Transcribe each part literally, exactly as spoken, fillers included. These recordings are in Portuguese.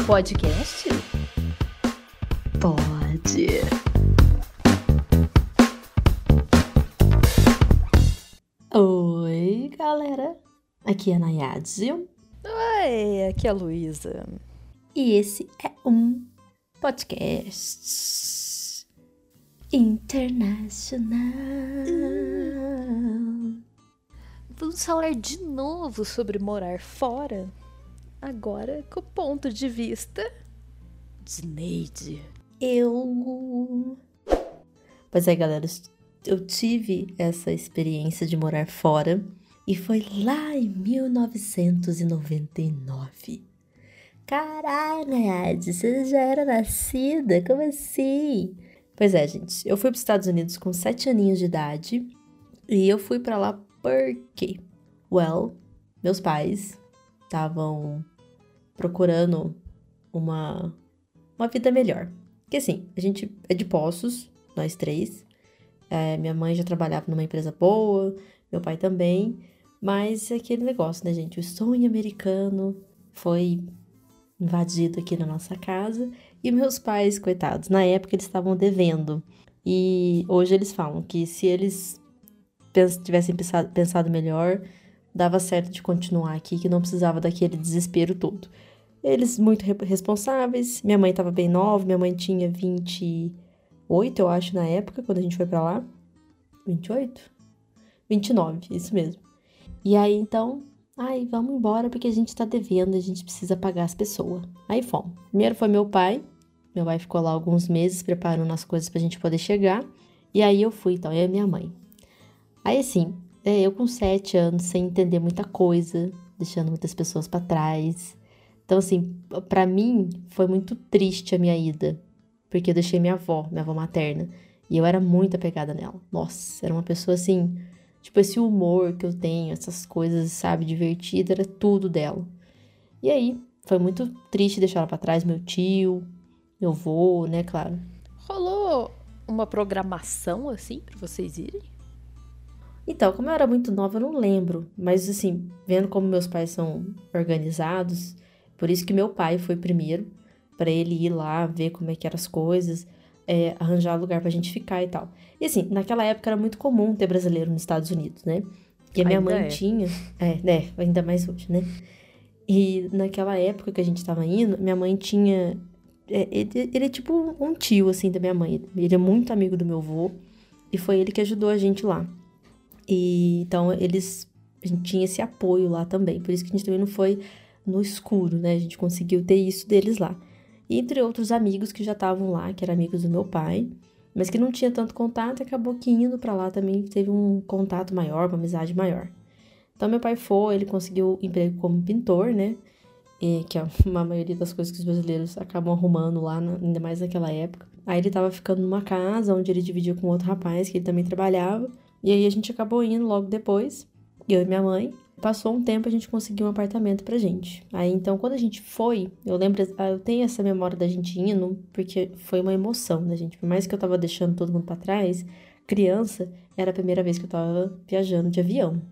Podcast? Pode. Oi, galera. Aqui é a Nayade. Oi, aqui é a Luísa. E esse é um podcast internacional. Vamos falar de novo sobre morar fora, agora com o ponto de vista de Neide. Eu... Pois é, galera, eu tive essa experiência de morar fora e foi lá em mil novecentos e noventa e nove. Caralho, Nayade, você já era nascida? Como assim? Pois é, gente, eu fui para os Estados Unidos com sete aninhos de idade e eu fui para lá por quê? Well, meus pais estavam procurando uma, uma vida melhor. Porque assim, a gente é de Poços, nós três. É, minha mãe já trabalhava numa empresa boa, meu pai também. Mas é aquele negócio, né, gente? O sonho americano foi invadido aqui na nossa casa. E meus pais, coitados, na época eles estavam devendo. E hoje eles falam que se eles pens- tivessem pensado, pensado melhor, dava certo de continuar aqui, que não precisava daquele desespero todo. Eles muito re- responsáveis. Minha mãe estava bem nova, minha mãe tinha vinte e oito, eu acho, na época, quando a gente foi pra lá. vinte e oito? vinte e nove, isso mesmo. E aí, então, ai, vamos embora porque a gente tá devendo, a gente precisa pagar as pessoas. Aí fomos. Primeiro foi meu pai. Meu pai ficou lá alguns meses preparando as coisas pra gente poder chegar. E aí eu fui, então, eu e minha mãe. Aí, assim, é, eu com sete anos, sem entender muita coisa, deixando muitas pessoas pra trás. Então, assim, pra mim, foi muito triste a minha ida. Porque eu deixei minha avó, minha avó materna. E eu era muito apegada nela. Nossa, era uma pessoa, assim... Tipo, esse humor que eu tenho, essas coisas, sabe, divertida, era tudo dela. E aí, foi muito triste deixar ela pra trás, meu tio, meu avô, né, claro. Rolou uma programação assim pra vocês irem? Então, como eu era muito nova, eu não lembro. Mas, assim, vendo como meus pais são organizados, por isso que meu pai foi primeiro, pra ele ir lá, ver como é que eram as coisas, é, arranjar lugar pra gente ficar e tal. E, assim, naquela época era muito comum ter brasileiro nos Estados Unidos, né? E a minha Ainda mãe é. tinha... É, né? Ainda mais hoje, né? E naquela época que a gente tava indo, minha mãe tinha... é, ele, ele é tipo um tio, assim, da minha mãe. Ele é muito amigo do meu avô. E foi ele que ajudou a gente lá. E então eles... A gente tinha esse apoio lá também. Por isso que a gente também não foi no escuro, né? A gente conseguiu ter isso deles lá. E entre outros amigos que já estavam lá, que eram amigos do meu pai, mas que não tinha tanto contato, e acabou que indo pra lá também teve um contato maior, uma amizade maior. Então meu pai foi, ele conseguiu emprego como pintor, né? E, que é uma maioria das coisas que os brasileiros acabam arrumando lá, na- ainda mais naquela época. Aí ele tava ficando numa casa onde ele dividia com outro rapaz, que ele também trabalhava. E aí a gente acabou indo logo depois, eu e minha mãe. Passou um tempo, a gente conseguiu um apartamento pra gente. Aí, então, quando a gente foi, eu lembro, ah, eu tenho essa memória da gente indo, porque foi uma emoção da gente. Por mais que eu tava deixando todo mundo pra trás, criança, era a primeira vez que eu tava viajando de avião.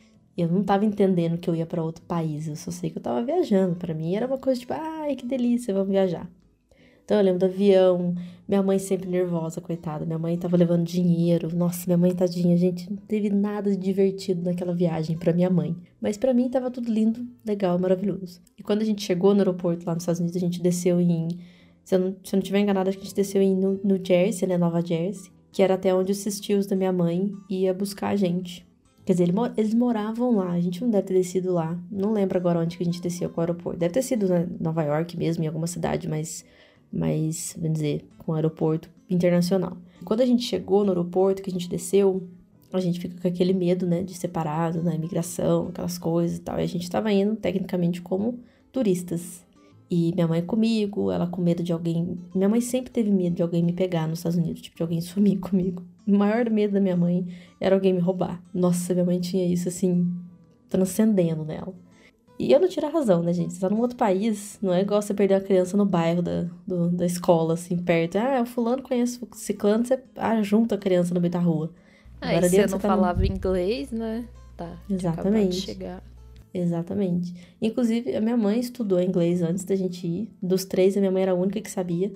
Eu não tava entendendo que eu ia pra outro país, eu só sei que eu tava viajando. Pra mim era uma coisa tipo, ai, que delícia, vamos viajar. Então eu lembro do avião, minha mãe sempre nervosa, coitada. Minha mãe tava levando dinheiro. Nossa, minha mãe, tadinha, gente, não teve nada de divertido naquela viagem pra minha mãe. Mas pra mim tava tudo lindo, legal, maravilhoso. E quando a gente chegou no aeroporto lá nos Estados Unidos, a gente desceu em... Se eu não, se eu não tiver enganado, acho que a gente desceu em New, New Jersey, né, Nova Jersey. Que era até onde os tios da minha mãe ia buscar a gente. Quer dizer, ele mo- eles moravam lá, a gente não deve ter descido lá. Não lembro agora onde que a gente desceu com o aeroporto. Deve ter sido em Nova York mesmo, em alguma cidade, mas... mas, vamos dizer, com um aeroporto internacional. Quando a gente chegou no aeroporto, que a gente desceu, a gente fica com aquele medo, né, de separado, na imigração, aquelas coisas e tal. E a gente tava indo, tecnicamente, como turistas. E minha mãe comigo, ela com medo de alguém... Minha mãe sempre teve medo de alguém me pegar nos Estados Unidos, tipo, de alguém sumir comigo. O maior medo da minha mãe era alguém me roubar. Nossa, minha mãe tinha isso, assim, transcendendo nela. E eu não tiro a razão, né, gente? Você tá num outro país, não é igual você perder a criança no bairro da, do- da escola, assim, perto. Ah, o fulano conhece o ciclano, você ah, junta a criança no meio da rua. Ah, e Agora você dentro não você tá num... falava inglês, né? Tá, tinha acabado de Exatamente. chegar. Exatamente. Inclusive, a minha mãe estudou inglês antes da gente ir. Dos três, a minha mãe era a única que sabia.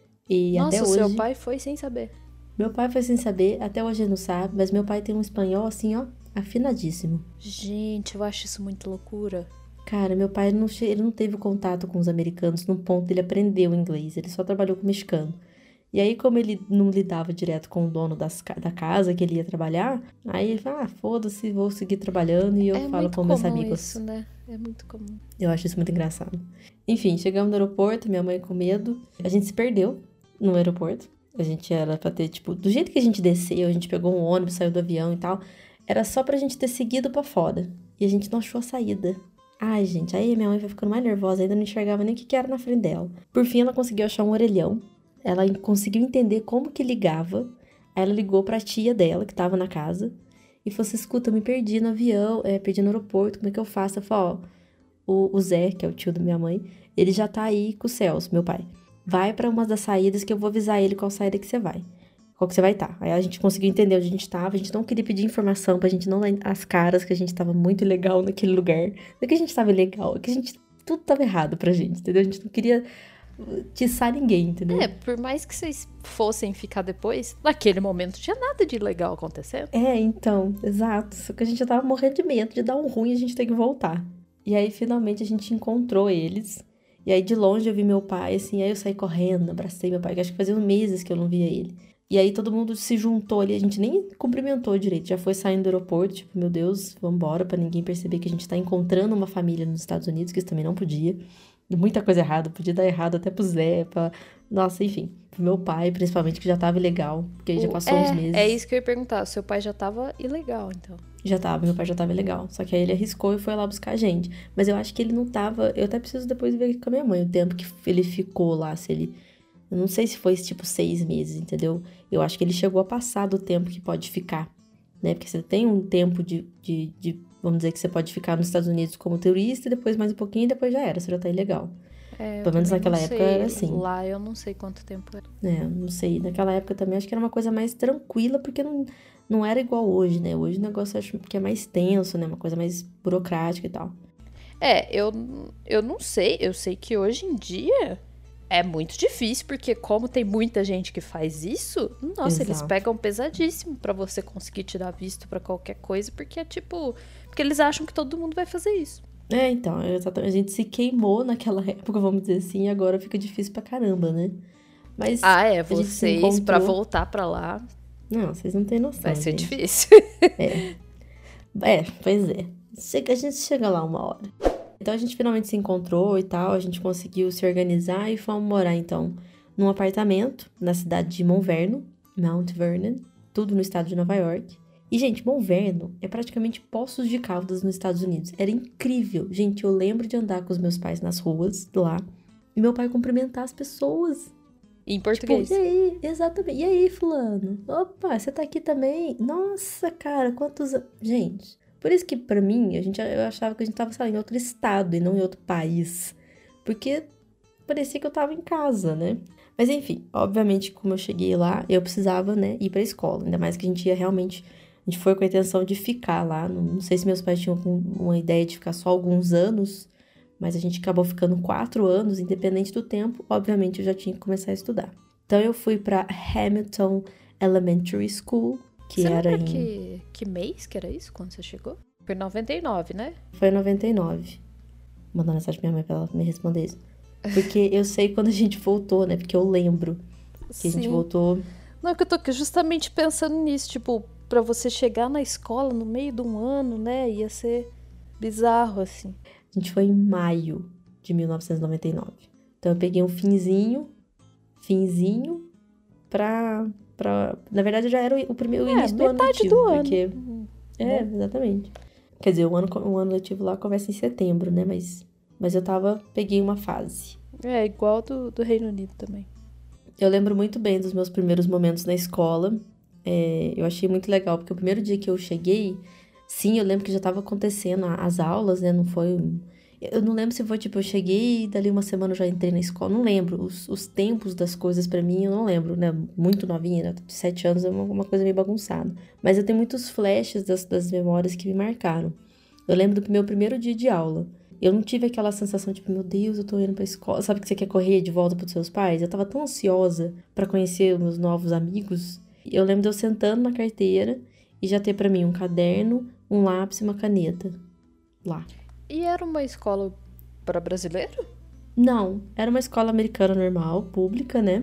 E Nossa, até o seu hoje... pai foi sem saber. Meu pai foi sem saber, até hoje ele não sabe, mas meu pai tem um espanhol assim, ó, afinadíssimo. Gente, eu acho isso muito loucura. Cara, meu pai não, che- ele não teve contato com os americanos no ponto ele aprendeu inglês, ele só trabalhou com mexicano. E aí, como ele não lidava direto com o dono das ca- da casa que ele ia trabalhar, aí ele fala, ah, foda-se, vou seguir trabalhando e eu É falo muito com meus comum amigos. isso, né? É muito comum. Eu acho isso muito engraçado. Enfim, chegamos no aeroporto, minha mãe com medo. A gente se perdeu no aeroporto. A gente era pra ter, tipo, do jeito que a gente desceu, a gente pegou um ônibus, saiu do avião e tal, era só pra gente ter seguido pra fora. E a gente não achou a saída. Ai, gente, aí minha mãe foi ficando mais nervosa, ainda não enxergava nem o que que era na frente dela. Por fim, ela conseguiu achar um orelhão. Ela en- conseguiu entender como que ligava. Aí ela ligou pra tia dela, que tava na casa, e falou assim, escuta, eu me perdi no avião, é, perdi no aeroporto, como é que eu faço? Eu falei, ó, o, o Zé, que é o tio da minha mãe, ele já tá aí com o Celso, meu pai. Vai pra uma das saídas que eu vou avisar ele qual saída que você vai. Qual que você vai estar. Aí a gente conseguiu entender onde a gente tava. A gente não queria pedir informação pra gente não dar as caras que a gente tava muito legal naquele lugar. Não é que a gente tava legal, é que a gente... Tudo tava errado pra gente, entendeu? A gente não queria uh, tiçar ninguém, entendeu? É, por mais que vocês fossem ficar depois, naquele momento não tinha nada de legal acontecendo. É, então, exato. Só que a gente já tava morrendo de medo de dar um ruim e a gente ter que voltar. E aí, finalmente, a gente encontrou eles. E aí, de longe, eu vi meu pai, assim, aí eu saí correndo, abracei meu pai, que acho que fazia meses que eu não via ele. E aí, todo mundo se juntou ali, a gente nem cumprimentou direito, já foi saindo do aeroporto, tipo, meu Deus, vambora, pra ninguém perceber que a gente tá encontrando uma família nos Estados Unidos, que isso também não podia. Muita coisa errada, podia dar errado até pro Zé, pra... Nossa, enfim, pro meu pai, principalmente, que já tava ilegal, porque aí já O- passou uns é, meses. é isso que eu ia perguntar. O seu pai já tava ilegal, então. Já tava, meu pai já tava legal. Só que aí ele arriscou e foi lá buscar a gente. Mas eu acho que ele não tava. Eu até preciso depois ver com a minha mãe o tempo que ele ficou lá. Se ele. Eu não sei se foi tipo seis meses, entendeu? Eu acho que ele chegou a passar do tempo que pode ficar. Né? Porque você tem um tempo de, de, de. Vamos dizer que você pode ficar nos Estados Unidos como turista, e depois mais um pouquinho e depois já era. Você já tá ilegal. É, eu Pelo menos também naquela não época sei. era assim. Lá eu não sei quanto tempo era. É, não sei. Naquela época também acho que era uma coisa mais tranquila, porque não, não era igual hoje, né? Hoje o negócio eu acho que é mais tenso, né? Uma coisa mais burocrática e tal. É, eu, eu não sei. Eu sei que hoje em dia é muito difícil, porque como tem muita gente que faz isso, nossa, eles Exato. pegam pesadíssimo pra você conseguir tirar visto pra qualquer coisa, porque é tipo. Porque eles acham que todo mundo vai fazer isso. É, então, é exatamente. A gente se queimou naquela época, vamos dizer assim, e agora fica difícil pra caramba, né? Mas Ah, é, a gente se vocês, pra encontrou... voltar pra lá, Não, vocês não têm noção, vai ser gente. difícil. É, pois é. Chega- A gente chega lá uma hora. Então a gente finalmente se encontrou e tal, a gente conseguiu se organizar e fomos morar, então, num apartamento na cidade de Mount Vernon, Mount Vernon, tudo no estado de Nova York. E, gente, Mount Vernon é praticamente Poços de Caldas nos Estados Unidos. Era incrível. Gente, eu lembro de andar com os meus pais nas ruas lá e meu pai cumprimentar as pessoas. Em Tipo, português. e aí? Exatamente. E aí, fulano? Opa, você tá aqui também? Nossa, cara, quantos... an- Gente, por isso que pra mim, a gente, eu achava que a gente tava, sei lá, em outro estado e não em outro país. Porque parecia que eu tava em casa, né? Mas enfim, obviamente, como eu cheguei lá, eu precisava, né, ir pra escola. Ainda mais que a gente ia realmente... A gente foi com a intenção de ficar lá. Não, não sei se meus pais tinham com- uma ideia de ficar só alguns anos, mas a gente acabou ficando quatro anos, independente do tempo. Obviamente, eu já tinha que começar a estudar. Então, eu fui pra Hamilton Elementary School, que Você era lembra em... que, que mês que era isso, quando você chegou? Foi em noventa e nove, né? Foi em noventa e nove. Vou mandar mensagem pra minha mãe pra ela me responder isso. Porque eu sei quando a gente voltou, né? Porque eu lembro que a gente Sim. voltou... Não, é que eu tô justamente pensando nisso, tipo, pra você chegar na escola no meio de um ano, né? Ia ser bizarro, assim. A gente foi em maio de mil novecentos e noventa e nove. Então, eu peguei um finzinho, finzinho, pra... pra... Na verdade, já era o primeiro o É, início do ano metade letivo. do ano. Porque... Uhum. É, exatamente. Quer dizer, o ano, o ano letivo lá começa em setembro, né? Mas, mas eu tava... Peguei uma fase. É, igual do, do Reino Unido também. Eu lembro muito bem dos meus primeiros momentos na escola. É, eu achei muito legal, porque o primeiro dia que eu cheguei, sim, eu lembro que já estava acontecendo a- as aulas, né? Não foi. um- Eu não lembro se foi tipo, eu cheguei e dali uma semana eu já entrei na escola. Não lembro. Os, os tempos das coisas pra mim, eu não lembro, né? Muito novinha, né? De sete anos é uma, uma coisa meio bagunçada. Mas eu tenho muitos flashes das, das memórias que me marcaram. Eu lembro do meu primeiro dia de aula. Eu não tive aquela sensação, tipo, meu Deus, eu tô indo pra escola. Sabe que você quer correr de volta pros seus pais? Eu tava tão ansiosa pra conhecer os meus novos amigos. Eu lembro de eu sentando na carteira e já ter pra mim um caderno, um lápis e uma caneta. Lá. E era uma escola para brasileiro? Não, era uma escola americana normal, pública, né?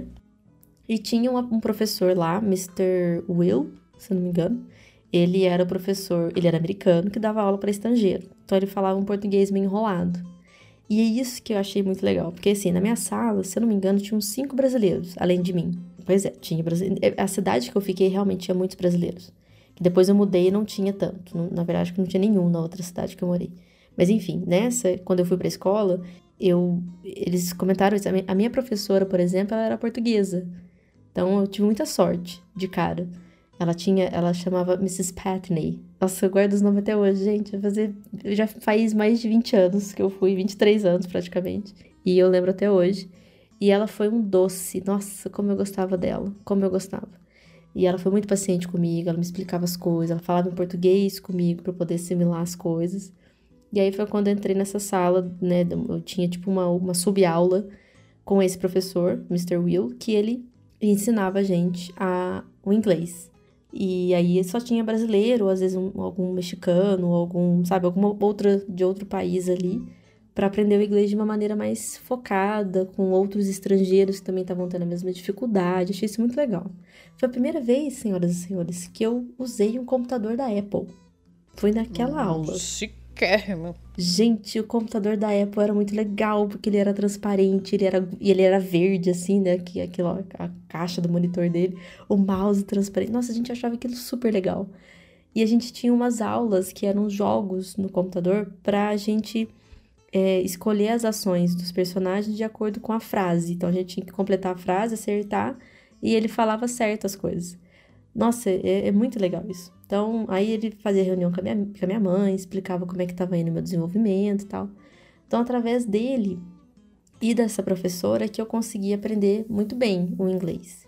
E tinha um, um professor lá, mister Will, se não me engano. Ele era o professor, ele era americano, que dava aula para estrangeiro. Então ele falava um português meio enrolado. E é isso que eu achei muito legal. Porque assim, na minha sala, se eu não me engano, tinha uns cinco brasileiros, além de mim. Pois é, tinha brasileiro. A cidade que eu fiquei realmente tinha muitos brasileiros. Que depois eu mudei e não tinha tanto. Na verdade, que não tinha nenhum na outra cidade que eu morei. Mas enfim, nessa, quando eu fui pra escola, eu, eles comentaram isso. A minha professora, por exemplo, ela era portuguesa. Então eu tive muita sorte de cara. Ela tinha, ela chamava missus Patney. Nossa, eu guardo os nomes até hoje, gente. Vai fazer, já faz mais de vinte anos que eu fui, vinte e três anos praticamente. E eu lembro até hoje. E ela foi um doce. Nossa, como eu gostava dela. Como eu gostava. E ela foi muito paciente comigo, ela me explicava as coisas, ela falava em português comigo pra eu poder assimilar as coisas. E aí foi quando eu entrei nessa sala, né? Eu tinha tipo uma, uma sub-aula com esse professor, mister Will, que ele ensinava a gente a, o inglês. E aí só tinha brasileiro, ou às vezes um, algum mexicano, algum, sabe, alguma outra de outro país ali, para aprender o inglês de uma maneira mais focada, com outros estrangeiros que também estavam tendo a mesma dificuldade. Achei isso muito legal. Foi a primeira vez, senhoras e senhores, que eu usei um computador da Apple. Foi naquela hum, aula. Chiquérrimo. Gente, o computador da Apple era muito legal, porque ele era transparente, ele era, ele era verde, assim, né? Que, aquilo, a caixa do monitor dele, o mouse transparente. Nossa, a gente achava aquilo super legal. E a gente tinha umas aulas que eram jogos no computador pra gente é, escolher as ações dos personagens de acordo com a frase. Então a gente tinha que completar a frase, acertar, e ele falava certo as coisas. Nossa, é, é muito legal isso. Então, aí ele fazia reunião com a, minha, com a minha mãe, explicava como é que estava indo o meu desenvolvimento e tal. Então, através dele e dessa professora que eu consegui aprender muito bem o inglês.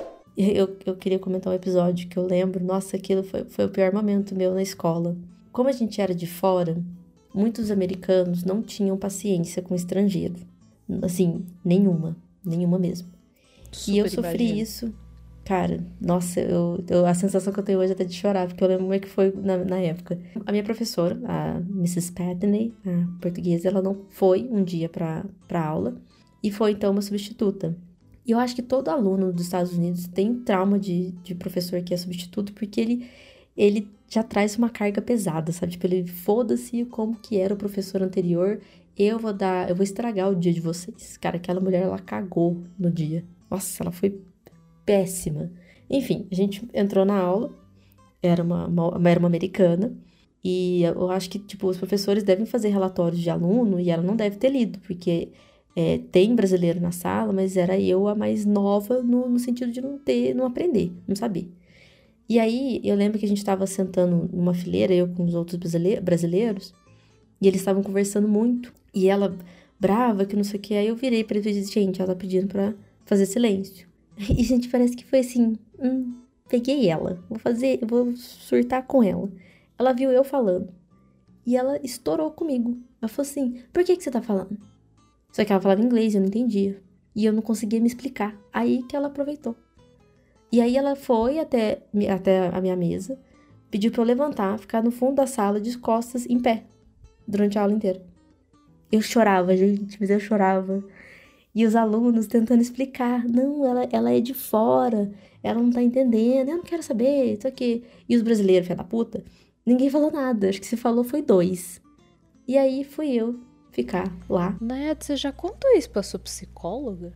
Eu, eu queria comentar um episódio que eu lembro. Nossa, aquilo foi, foi o pior momento meu na escola. Como a gente era de fora, muitos americanos não tinham paciência com estrangeiro. Assim, nenhuma. Nenhuma mesmo. Super e eu sofri imagino. isso... Cara, nossa, eu, eu, a sensação que eu tenho hoje é até de chorar, porque eu lembro como é que foi na, na época. A minha professora, a missus Patney, a portuguesa, ela não foi um dia pra, pra aula, e foi então uma substituta. E eu acho que todo aluno dos Estados Unidos tem trauma de, de professor que é substituto, porque ele, ele já traz uma carga pesada, sabe? Tipo, ele foda-se como que era o professor anterior, eu vou dar, eu vou estragar o dia de vocês. Cara, aquela mulher, ela cagou no dia. Nossa, ela foi... péssima. Enfim, a gente entrou na aula, era uma, uma, era uma americana, e eu acho que, tipo, os professores devem fazer relatórios de aluno, e ela não deve ter lido, porque é, tem brasileiro na sala, mas era eu a mais nova no, no sentido de não ter, não aprender, não saber. E aí, eu lembro que a gente estava sentando numa fileira, eu com os outros brasileiros, e eles estavam conversando muito, e ela brava, que não sei o que, aí eu virei pra eles e disse, gente, ela tá pedindo pra fazer silêncio. E, gente, parece que foi assim, hum, peguei ela, vou fazer, vou surtar com ela. Ela viu eu falando, e ela estourou comigo. Ela falou assim, por que que você tá falando? Só que ela falava inglês, eu não entendia. E eu não conseguia me explicar. Aí que ela aproveitou. E aí ela foi até, até a minha mesa, pediu pra eu levantar, ficar no fundo da sala, de costas, em pé, durante a aula inteira. Eu chorava, gente, mas eu chorava. E os alunos tentando explicar. Não, ela, ela é de fora. Ela não tá entendendo. Eu não quero saber. Isso aqui. E os brasileiros, filha da puta, ninguém falou nada. Acho que se falou foi dois. E aí fui eu ficar lá. Nayade, você já contou isso pra sua psicóloga?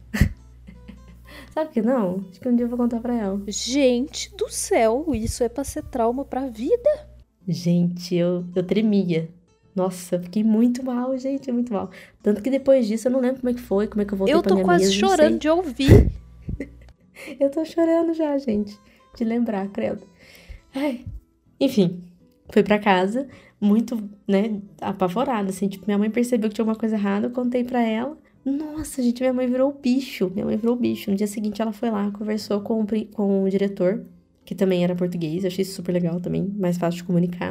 Sabe que não? Acho que um dia eu vou contar pra ela. Gente do céu, isso é pra ser trauma pra vida? Gente, eu, eu tremia. Nossa, eu fiquei muito mal, gente, muito mal. Tanto que depois disso eu não lembro como é que foi, como é que eu voltei pra minha mesa. Eu tô quase chorando de ouvir. Eu tô chorando já, gente, de lembrar, credo. Ai. Enfim, fui pra casa, muito, né, apavorada, assim, tipo, minha mãe percebeu que tinha alguma coisa errada, eu contei pra ela. Nossa, gente, minha mãe virou bicho, minha mãe virou bicho. No dia seguinte ela foi lá, conversou com, com o diretor, que também era português, achei isso super legal também, mais fácil de comunicar.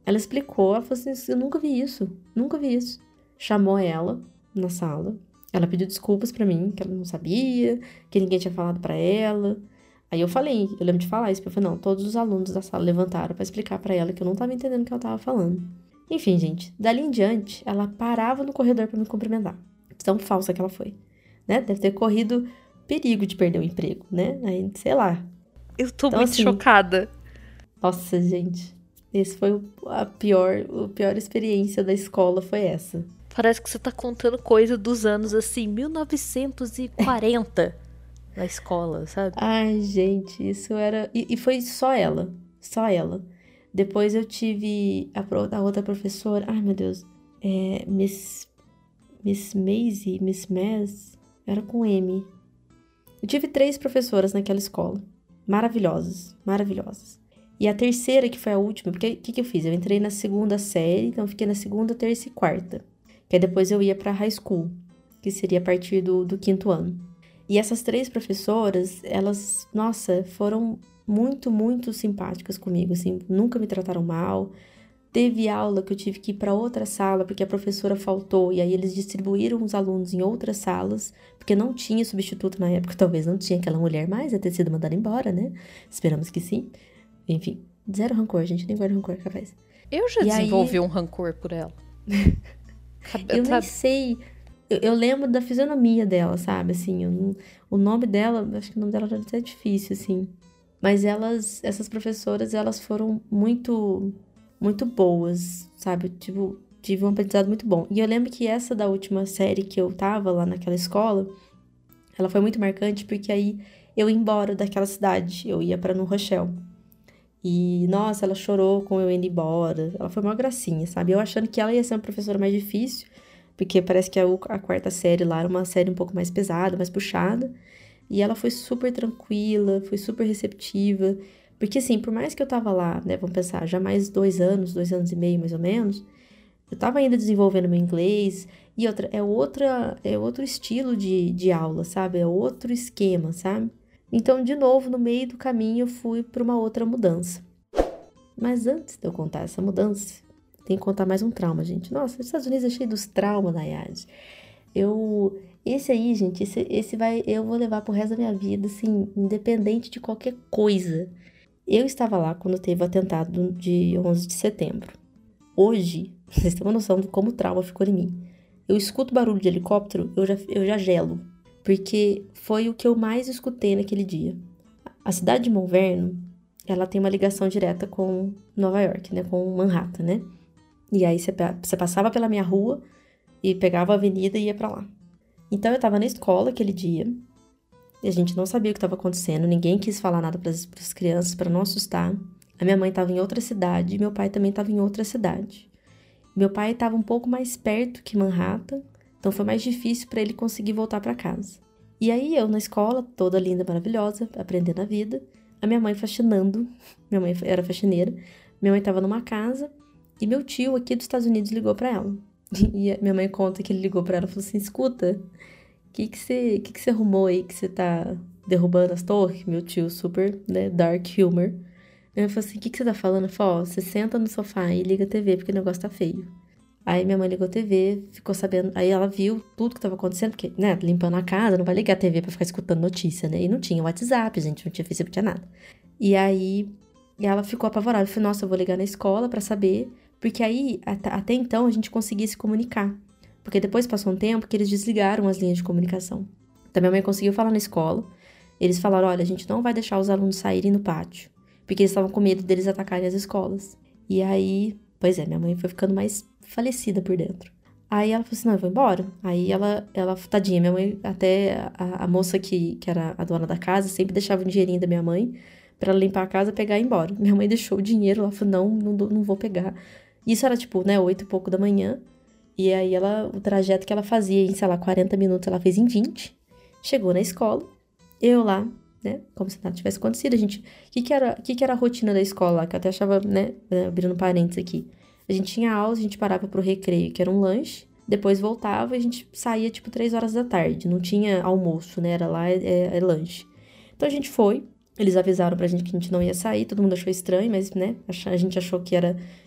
Ela explicou, ela falou assim, eu nunca vi isso, nunca vi isso. Chamou ela na sala, ela pediu desculpas pra mim, que ela não sabia, que ninguém tinha falado pra ela. Aí eu falei, eu lembro de falar isso, porque eu falei, não, todos os alunos da sala levantaram pra explicar pra ela que eu não tava entendendo o que ela tava falando. Enfim, gente, dali em diante, ela parava no corredor pra me cumprimentar. Tão falsa que ela foi, né? Deve ter corrido perigo de perder o emprego, né? Aí, sei lá. Eu tô Então, muito assim, chocada. Nossa, gente, esse foi o- a pior, a pior experiência da escola, foi essa. Parece que você tá contando coisa dos anos, assim, mil novecentos e quarenta na escola, sabe? Ai, gente, isso era... E, e foi só ela, só ela. Depois eu tive a, pro- a outra professora, ai, meu Deus, é, Miss, Miss Maisie, Miss Maz, era com M. Eu tive três professoras naquela escola, maravilhosas, maravilhosas. E a terceira, que foi a última, porque o que, que eu fiz? Eu entrei na segunda série, então eu fiquei na segunda, terça e quarta. Que aí depois eu ia pra high school, que seria a partir do, do quinto ano. E essas três professoras, elas, nossa, foram muito, muito simpáticas comigo, assim, nunca me trataram mal. Teve aula que eu tive que ir para outra sala porque a professora faltou e aí eles distribuíram os alunos em outras salas, porque não tinha substituto na época, talvez não tinha aquela mulher mais, ia ter sido mandada embora, né? Esperamos que sim. Enfim, zero rancor, gente, nem guarda rancor, capaz. Eu já E desenvolvi aí, um rancor por ela. eu nem Sabe? sei, eu, eu lembro da fisionomia dela, sabe? Assim, eu não- o nome dela, acho que o nome dela já é difícil, assim. Mas elas, essas professoras, elas foram muito, muito boas, sabe? Tipo, tive um aprendizado muito bom. E eu lembro que essa da última série que eu tava lá naquela escola, ela foi muito marcante porque aí eu ia embora daquela cidade, eu ia pra New Rochelle. E, nossa, ela chorou com eu indo embora. Ela foi uma gracinha, sabe? Eu achando que ela ia ser uma professora mais difícil, porque parece que a, u- a quarta série lá era uma série um pouco mais pesada, mais puxada. E ela foi super tranquila, foi super receptiva. Porque, assim, por mais que eu tava lá, né, vamos pensar, já mais dois anos, dois anos e meio mais ou menos, eu tava ainda desenvolvendo meu inglês. E outra, é outra, é outro estilo de, de aula, sabe? É outro esquema, sabe? Então, de novo, no meio do caminho, eu fui para uma outra mudança. Mas antes de eu contar essa mudança, tem que contar mais um trauma, gente. Nossa, os Estados Unidos é cheio dos traumas, Nayade. Eu... Esse aí, gente, esse, esse vai... Eu vou levar pro resto da minha vida, assim, independente de qualquer coisa. Eu estava lá quando teve o atentado de onze de setembro. Hoje, vocês têm uma noção de como o trauma ficou em mim. Eu escuto barulho de helicóptero, eu já, eu já gelo. Porque foi o que eu mais escutei naquele dia. A cidade de Mount Vernon, ela tem uma ligação direta com Nova York, né? Com Manhattan, né? E aí você, pa- você passava pela minha rua e pegava a avenida e ia pra lá. Então eu tava na escola aquele dia, e a gente não sabia o que estava acontecendo, ninguém quis falar nada para as crianças para não assustar. A minha mãe estava em outra cidade e meu pai também estava em outra cidade. Meu pai estava um pouco mais perto que Manhattan, então foi mais difícil para ele conseguir voltar para casa. E aí eu na escola, toda linda, maravilhosa, aprendendo a vida, a minha mãe faxinando, minha mãe era faxineira, minha mãe estava numa casa e meu tio aqui dos Estados Unidos ligou para ela. E a minha mãe conta que ele ligou para ela e falou assim: escuta, o que que você que que você arrumou aí que você tá derrubando as torres? Meu tio super, né, dark humor. Minha mãe falou assim: o que que você tá falando? Falou: ó, você senta no sofá e liga a T V porque o negócio tá feio. Aí minha mãe ligou a T V, ficou sabendo, aí ela viu tudo que tava acontecendo, porque, né, limpando a casa, não vai ligar a T V pra ficar escutando notícia, né? E não tinha WhatsApp, gente, não tinha Facebook, não tinha nada. E aí ela ficou apavorada, falou: nossa, eu vou ligar na escola pra saber, porque aí at- até então a gente conseguia se comunicar. Porque depois passou um tempo que eles desligaram as linhas de comunicação. Então minha mãe conseguiu falar na escola, eles falaram: olha, a gente não vai deixar os alunos saírem no pátio, porque eles estavam com medo deles atacarem as escolas. E aí, pois é, minha mãe foi ficando mais falecida por dentro. Aí ela falou assim: não, eu vou embora. Aí ela, ela tadinha, minha mãe, até a, a moça que, que era a dona da casa, sempre deixava o dinheirinho da minha mãe pra ela limpar a casa, pegar e ir embora. Minha mãe deixou o dinheiro, ela falou: não, não, dou- não vou pegar. Isso era tipo, né, oito e pouco da manhã. E aí ela, o trajeto que ela fazia em, sei lá, quarenta minutos, ela fez em vinte. Chegou na escola, eu lá, né, como se nada tivesse acontecido. A gente, o que que era, que que era a rotina da escola lá, que eu até achava, né, abrindo parênteses aqui. A gente tinha aula, a gente parava pro recreio, que era um lanche, depois voltava e a gente saía, tipo, três horas da tarde. Não tinha almoço, né, era lá, é, é, é lanche. Então a gente foi, eles avisaram pra gente que a gente não ia sair, todo mundo achou estranho, mas, né, a gente achou que era,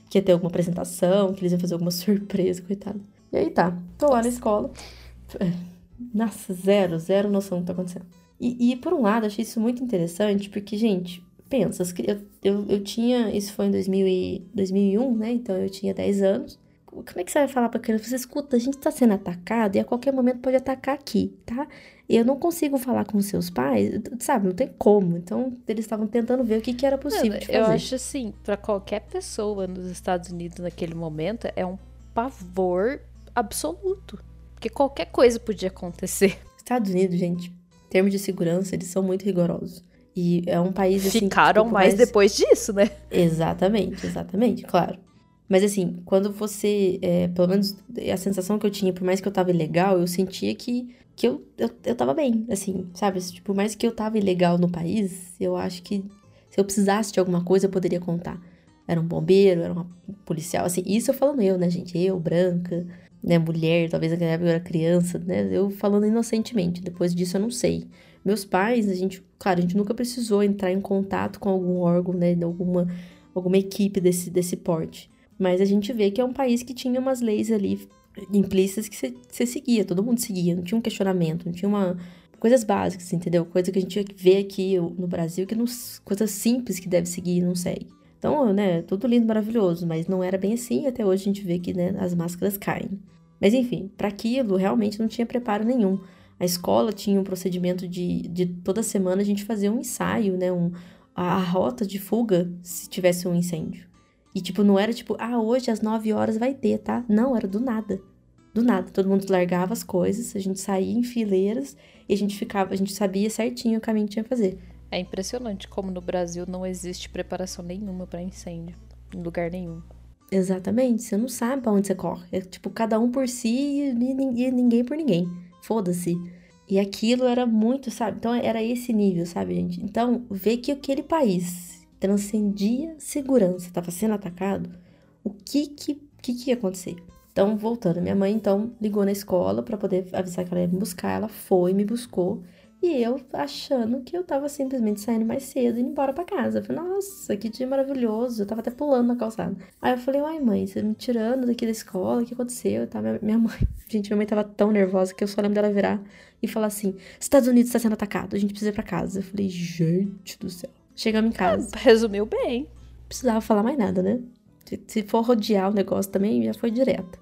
que ia ter alguma apresentação, que eles iam fazer alguma surpresa, coitado. E aí tá, tô lá na escola. É, nossa, zero, zero noção do que tá acontecendo. E, e por um lado, achei isso muito interessante, porque, gente, pensa, eu, eu, eu tinha, isso foi em dois mil e, dois mil e um, né? Então eu tinha dez anos. Como é que você vai falar pra criança? Você escuta, a gente tá sendo atacado e a qualquer momento pode atacar aqui, tá? E eu não consigo falar com os seus pais, sabe? Não tem como. Então, eles estavam tentando ver o que, que era possível Mano, de fazer. eu acho assim, pra qualquer pessoa nos Estados Unidos naquele momento, é um pavor absoluto. Porque qualquer coisa podia acontecer. Estados Unidos, gente, em termos de segurança, eles são muito rigorosos. E é um país, assim... Ficaram tipo, mais depois disso, né? Exatamente, exatamente, claro. Mas assim, quando você, é, pelo menos a sensação que eu tinha, por mais que eu tava ilegal, eu sentia que, que eu, eu, eu tava bem, assim, sabe? Tipo, por mais que eu tava ilegal no país, eu acho que se eu precisasse de alguma coisa, eu poderia contar. Era um bombeiro, era um policial, assim, isso eu falando eu, né, gente? Eu, branca, né, mulher, talvez naquela época eu era criança, né? Eu falando inocentemente, depois disso eu não sei. Meus pais, a gente, claro, a gente nunca precisou entrar em contato com algum órgão, né, de alguma, alguma equipe desse, desse porte. Mas a gente vê que é um país que tinha umas leis ali implícitas que você seguia, todo mundo seguia, não tinha um questionamento, não tinha uma... Coisas básicas, entendeu? Coisa que a gente vê aqui no Brasil, que nos... coisas simples que deve seguir e não segue. Então, né, tudo lindo, maravilhoso, mas não era bem assim, e até hoje a gente vê que, né, as máscaras caem. Mas enfim, para aquilo realmente não tinha preparo nenhum. A escola tinha um procedimento de, de toda semana a gente fazer um ensaio, né, um, a, a rota de fuga se tivesse um incêndio. E, tipo, não era tipo, ah, hoje às nove horas vai ter, tá? Não, era do nada. Do nada. Todo mundo largava as coisas, a gente saía em fileiras e a gente ficava, a gente sabia certinho o caminho que tinha que fazer. É impressionante como no Brasil não existe preparação nenhuma pra incêndio. Em lugar nenhum. Exatamente. Você não sabe pra onde você corre. É tipo, cada um por si e ninguém, ninguém por ninguém. Foda-se. E aquilo era muito, sabe? Então era esse nível, sabe, gente? Então, ver que aquele país transcendia segurança, estava sendo atacado, o que que, que que ia acontecer? Então, voltando, minha mãe, então, ligou na escola para poder avisar que ela ia me buscar, ela foi, me buscou, e eu achando que eu tava simplesmente saindo mais cedo e indo embora pra casa. Eu falei, nossa, que dia maravilhoso, eu tava até pulando na calçada. Aí eu falei, ai mãe, você me tirando daqui da escola, o que aconteceu? Tá, minha, minha mãe, gente, minha mãe tava tão nervosa que eu só lembro dela virar e falar assim, Estados Unidos tá sendo atacado, a gente precisa ir pra casa. Eu falei, gente do céu. Chegamos em casa. Ah, resumiu bem. Não precisava falar mais nada, né? Se, se for rodear o negócio também, já foi direto.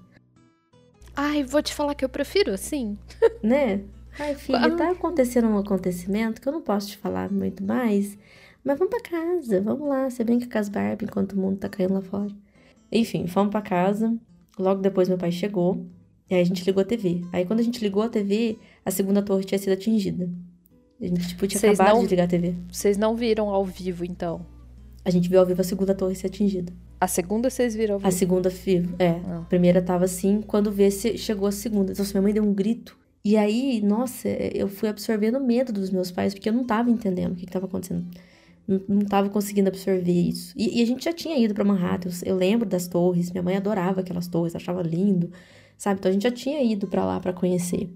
Ai, vou te falar que eu prefiro assim. Né? Ai, filha, tá acontecendo um acontecimento que eu não posso te falar muito mais, mas vamos pra casa, vamos lá, você brinca com as Barbie enquanto o mundo tá caindo lá fora. Enfim, fomos pra casa, logo depois meu pai chegou, e aí a gente ligou a T V. Aí quando a gente ligou a T V, a segunda torre tinha sido atingida. A gente, tipo, tinha Vocês acabado não- de ligar a T V. Vocês não viram ao vivo, então? A gente viu ao vivo a segunda torre ser atingida. A segunda vocês viram ao vivo? A segunda, vivo, é. Ah. A primeira tava assim, quando vê se chegou a segunda. Nossa, minha mãe deu um grito. E aí, nossa, eu fui absorvendo o medo dos meus pais, porque eu não tava entendendo o que, que tava acontecendo. Não, não tava conseguindo absorver isso. E, e a gente já tinha ido pra Manhattan, eu, eu lembro das torres, minha mãe adorava aquelas torres, achava lindo, sabe? Então a gente já tinha ido pra lá pra conhecer.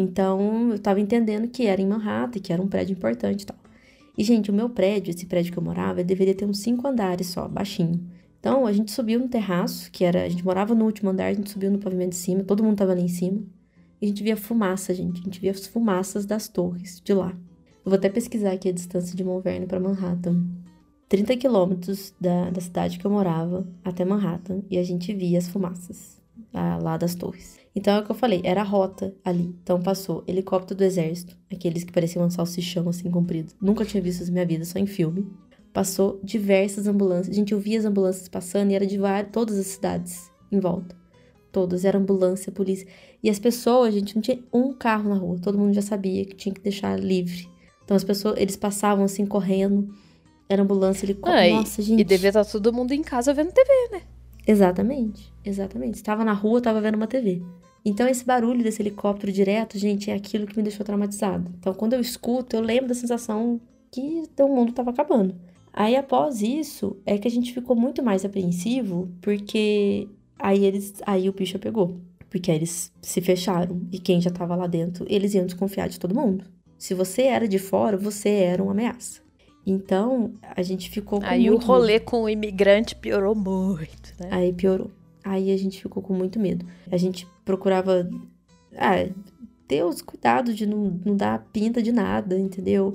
Então eu tava entendendo que era em Manhattan, que era um prédio importante e tal. E, gente, o meu prédio, esse prédio que eu morava, ele deveria ter uns cinco andares só, baixinho. Então a gente subiu no terraço, que era. A gente morava no último andar, a gente subiu no pavimento de cima, todo mundo tava ali em cima. E a gente via fumaça, gente. A gente via as fumaças das torres de lá. Eu vou até pesquisar aqui a distância de Mount Vernon para Manhattan. trinta quilômetros da, da cidade que eu morava até Manhattan. E a gente via as fumaças ah, lá das torres. Então é o que eu falei, era a rota ali. Então passou helicóptero do exército, aqueles que pareciam um salsichão assim comprido. Nunca tinha visto isso na minha vida, só em filme. Passou diversas ambulâncias. Gente, eu via as ambulâncias passando e era de várias, todas as cidades em volta. Todas, era ambulância, polícia. E as pessoas, gente, não tinha um carro na rua. Todo mundo já sabia que tinha que deixar livre. Então as pessoas, eles passavam assim, correndo. Era ambulância, ele... Ah, Nossa, e, gente. E devia estar todo mundo em casa vendo T V, né? Exatamente, exatamente. Estava na rua, estava vendo uma T V. Então esse barulho desse helicóptero direto, gente, é aquilo que me deixou traumatizada. Então quando eu escuto, eu lembro da sensação que o mundo estava acabando. Aí após isso, é que a gente ficou muito mais apreensivo, porque aí eles, aí o bicho pegou. Porque aí eles se fecharam, e quem já estava lá dentro, eles iam desconfiar de todo mundo. Se você era de fora, você era uma ameaça. Então, a gente ficou com Aí o muito rolê medo. com o imigrante piorou muito, né? Aí piorou. Aí a gente ficou com muito medo. A gente procurava ah, ter os cuidados de não, não dar pinta de nada, entendeu?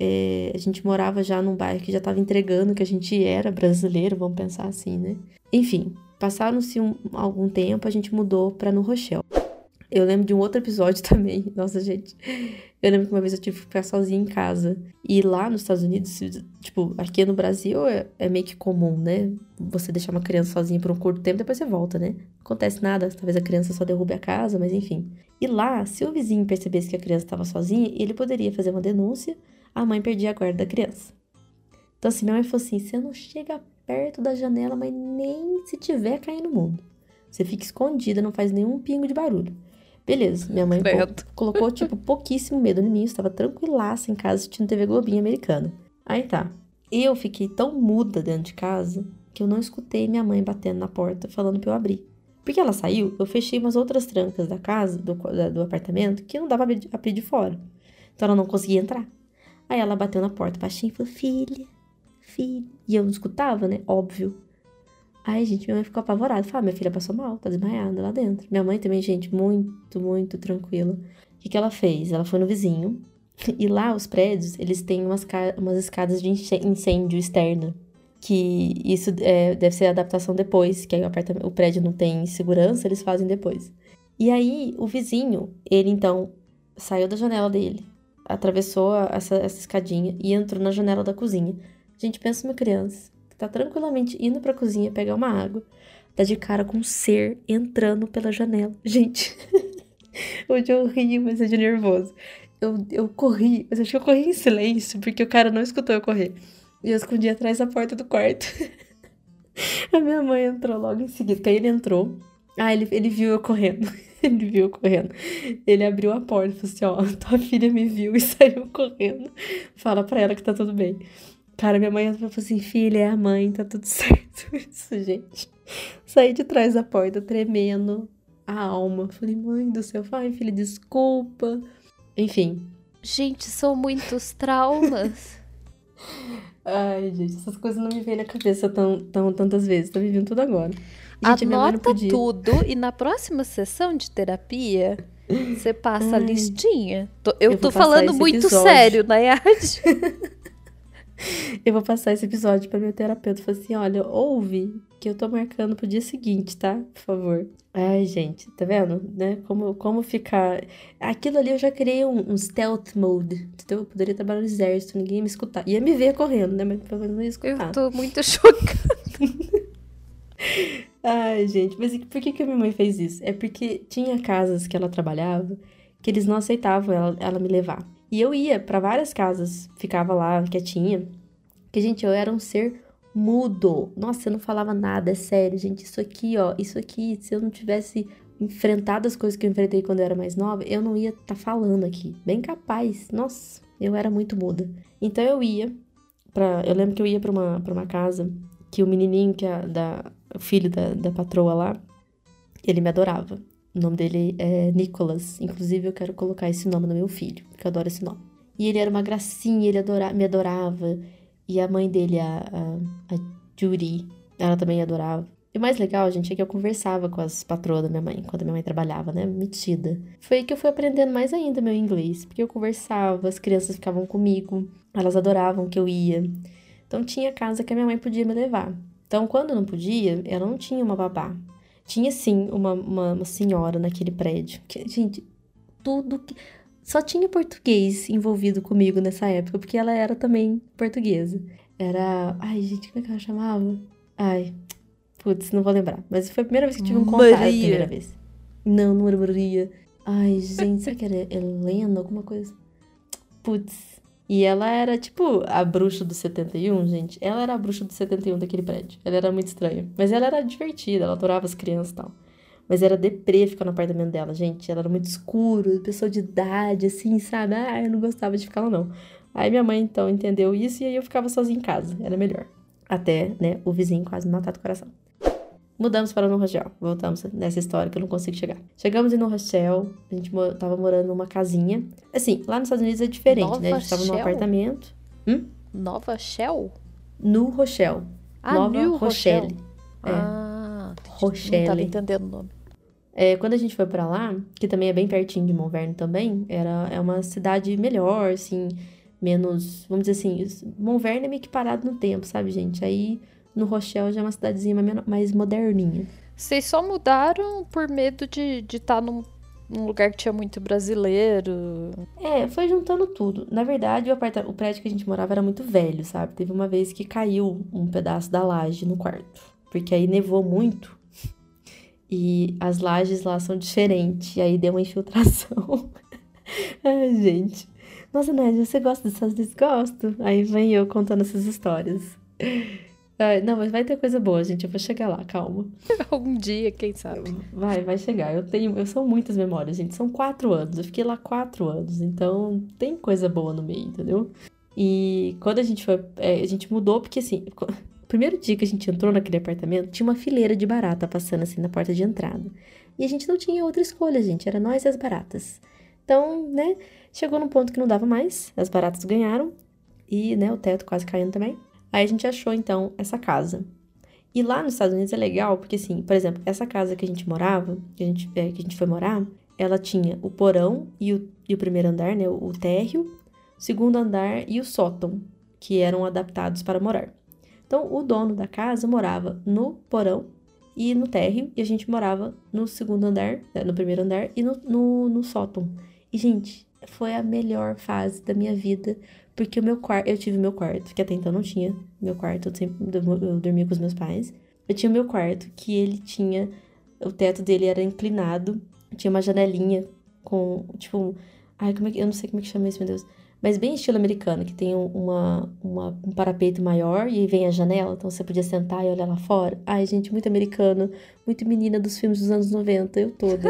É, a gente morava já num bairro que já tava entregando que a gente era brasileiro, vamos pensar assim, né? Enfim, passaram-se um, algum tempo, a gente mudou pra No Rochelle. Eu lembro de um outro episódio também. Nossa, gente. Eu lembro que uma vez eu tive que ficar sozinha em casa. E lá nos Estados Unidos, tipo, aqui no Brasil é, é meio que comum, né? Você deixar uma criança sozinha por um curto tempo, depois você volta, né? Não acontece nada, talvez a criança só derrube a casa, mas enfim. E lá, se o vizinho percebesse que a criança estava sozinha, ele poderia fazer uma denúncia, a mãe perdia a guarda da criança. Então, assim, minha mãe falou assim: você não chega perto da janela, mas nem se tiver caindo no mundo. Você fica escondida, não faz nenhum pingo de barulho. Beleza, minha mãe Credo. co- colocou, tipo, pouquíssimo medo em mim. Eu estava tranquilaça em casa assistindo T V Globinho americana. Aí tá. Eu fiquei tão muda dentro de casa que eu não escutei minha mãe batendo na porta falando pra eu abrir. Porque ela saiu, eu fechei umas outras trancas da casa, do, co- da- do apartamento, que não dava pra abrir abrir de fora. Então ela não conseguia entrar. Aí ela bateu na porta baixinho e falou: filha, filha. E eu não escutava, né? Óbvio. Aí, gente, minha mãe ficou apavorada. Falou: ah, minha filha passou mal, tá desmaiada lá dentro. Minha mãe também, gente, muito, muito tranquila. O que que ela fez? Ela foi no vizinho. E lá, os prédios, eles têm umas, ca- umas escadas de enche- incêndio externa. Que isso é, deve ser adaptação depois, que aí o, apartamento, o prédio não tem segurança, eles fazem depois. E aí, o vizinho, ele então saiu da janela dele, atravessou a- essa, essa escadinha e entrou na janela da cozinha. Gente, pensa numa criança que tá tranquilamente indo pra cozinha pegar uma água, tá de cara com um ser entrando pela janela. Gente, hoje eu ri, mas é de nervoso. Eu, eu corri, mas acho que eu corri em silêncio, porque o cara não escutou eu correr. E eu escondi atrás da porta do quarto. A minha mãe entrou logo em seguida, porque aí ele entrou. Ah, ele, ele viu eu correndo. Ele viu eu correndo. Ele abriu a porta e falou assim: ó, tua filha me viu e saiu correndo. Fala pra ela que tá tudo bem. Cara, minha mãe falou assim: filha, é a mãe, tá tudo certo. Isso, gente. Saí de trás da porta, tremendo a alma. Falei: mãe do céu, ai, filha, desculpa. Enfim. Gente, são muitos traumas. Ai, gente, essas coisas não me vêm na cabeça tão, tão, tantas vezes. Tô vivendo tudo agora. Gente, a minha mãe não Anota podia. tudo e na próxima sessão de terapia, você passa a Ai, listinha. Tô- eu, eu tô vou passar falando esse muito episódio. sério, Nayade. Eu vou passar esse episódio pra meu terapeuta. Falar assim: olha, ouve que eu tô marcando pro dia seguinte, tá? Por favor. Ai, gente, tá vendo? Né? Como, como ficar. Aquilo ali eu já criei um, um stealth mode. Entendeu? Eu poderia trabalhar no exército, ninguém ia me escutar. Ia me ver correndo, né? Mas pelo menos não ia Eu escutar. tô muito chocada. Ai, gente, mas e por que que a minha mãe fez isso? É porque tinha casas que ela trabalhava que eles não aceitavam ela, ela me levar. E eu ia pra várias casas, ficava lá quietinha. Porque, gente, eu era um ser mudo. Nossa, eu não falava nada, é sério, gente. Isso aqui, ó, isso aqui, se eu não tivesse enfrentado as coisas que eu enfrentei quando eu era mais nova, eu não ia estar falando aqui. Bem capaz. Nossa, eu era muito muda. Então eu ia pra. Eu lembro que eu ia pra uma, pra uma casa que o menininho, que é da, o filho da, da patroa lá, ele me adorava. O nome dele é Nicholas. Inclusive, eu quero colocar esse nome no meu filho, porque eu adoro esse nome. E ele era uma gracinha, ele adora, me adorava. E a mãe dele, a, a, a Judy, ela também adorava. E o mais legal, gente, é que eu conversava com as patroas da minha mãe, quando a minha mãe trabalhava, né? Metida. Foi aí que eu fui aprendendo mais ainda meu inglês. Porque eu conversava, as crianças ficavam comigo, elas adoravam que eu ia. Então tinha casa que a minha mãe podia me levar. Então, quando eu não podia, ela não tinha uma babá. Tinha, sim, uma, uma, uma senhora naquele prédio. Que, gente, tudo que... Só tinha português envolvido comigo nessa época, porque ela era também portuguesa. Era... Ai, gente, como é que ela chamava? Ai, putz, não vou lembrar. Mas foi a primeira vez que eu tive um contato. A Maria. primeira vez. Não, não era Maria. Ai, gente, será que era Helena, alguma coisa? Putz. E ela era, tipo, a bruxa do setenta e um, gente. Ela era a bruxa do setenta e um daquele prédio. Ela era muito estranha. Mas ela era divertida, ela adorava as crianças e tal. Mas era deprê ficar no apartamento dela, gente. Ela era muito escuro, pessoa de idade, assim, sabe? Ah, eu não gostava de ficar lá, não. Aí minha mãe, então, entendeu isso e aí eu ficava sozinha em casa. Era melhor. Até, né, o vizinho quase me matar do coração. Mudamos para No Rochelle. Voltamos nessa história que eu não consigo chegar. Chegamos em No Rochelle. A gente mo- tava morando numa casinha. Assim, lá nos Estados Unidos é diferente, Nova né? A gente tava num Shell? apartamento. Hum? Nova Shell? New Rochelle. Ah, Nova New Rochelle. Rochelle. É, Ah, entendi. Não tava Rochelle. entendendo o nome. É, quando a gente foi pra lá, que também é bem pertinho de Mont Verne também, era, é uma cidade melhor, assim, menos, vamos dizer assim, os- Mont Verne é meio que parado no tempo, sabe, gente? Aí no Rochelle já é uma cidadezinha mais, meno- mais moderninha. Vocês só mudaram por medo de estar de tá num, num lugar que tinha muito brasileiro. É, foi juntando tudo. Na verdade, o, aparta- o prédio que a gente morava era muito velho, sabe? Teve uma vez que caiu um pedaço da laje no quarto, porque aí nevou muito. E as lajes lá são diferentes. E aí deu uma infiltração. Ai, gente. Nossa, Nádia, você gosta dessas desgosto? Aí vem eu contando essas histórias. Ai, não, mas vai ter coisa boa, gente. Eu vou chegar lá, calma. Algum dia, quem sabe. Vai, vai chegar. Eu tenho, eu são muitas memórias, gente. São quatro anos. Eu fiquei lá quatro anos. Então tem coisa boa no meio, entendeu? E quando a gente foi, é, a gente mudou porque assim, co- o primeiro dia que a gente entrou naquele apartamento, tinha uma fileira de barata passando assim na porta de entrada. E a gente não tinha outra escolha, gente. Era nós e as baratas. Então, né? Chegou num ponto que não dava mais. As baratas ganharam. E, né, o teto quase caindo também. Aí a gente achou, então, essa casa. E lá nos Estados Unidos é legal, porque assim, por exemplo, essa casa que a gente morava, que a gente, é, que a gente foi morar, ela tinha o porão e o, e o primeiro andar, né, o, o térreo, o segundo andar e o sótão, que eram adaptados para morar. Então, o dono da casa morava no porão e no térreo, e a gente morava no segundo andar, né, no primeiro andar e no, no, no sótão. E, gente, foi a melhor fase da minha vida, porque o meu quarto, eu tive meu quarto, que até então não tinha meu quarto, eu sempre eu dormia com os meus pais. Eu tinha o meu quarto, que ele tinha, o teto dele era inclinado, tinha uma janelinha com, tipo, ai, como é que, eu não sei como é que chama isso, meu Deus, mas bem estilo americano, que tem um- uma, uma, um parapeito maior e aí vem a janela, então você podia sentar e olhar lá fora. Ai, gente, muito americano, muito menina dos filmes dos anos noventa, eu toda.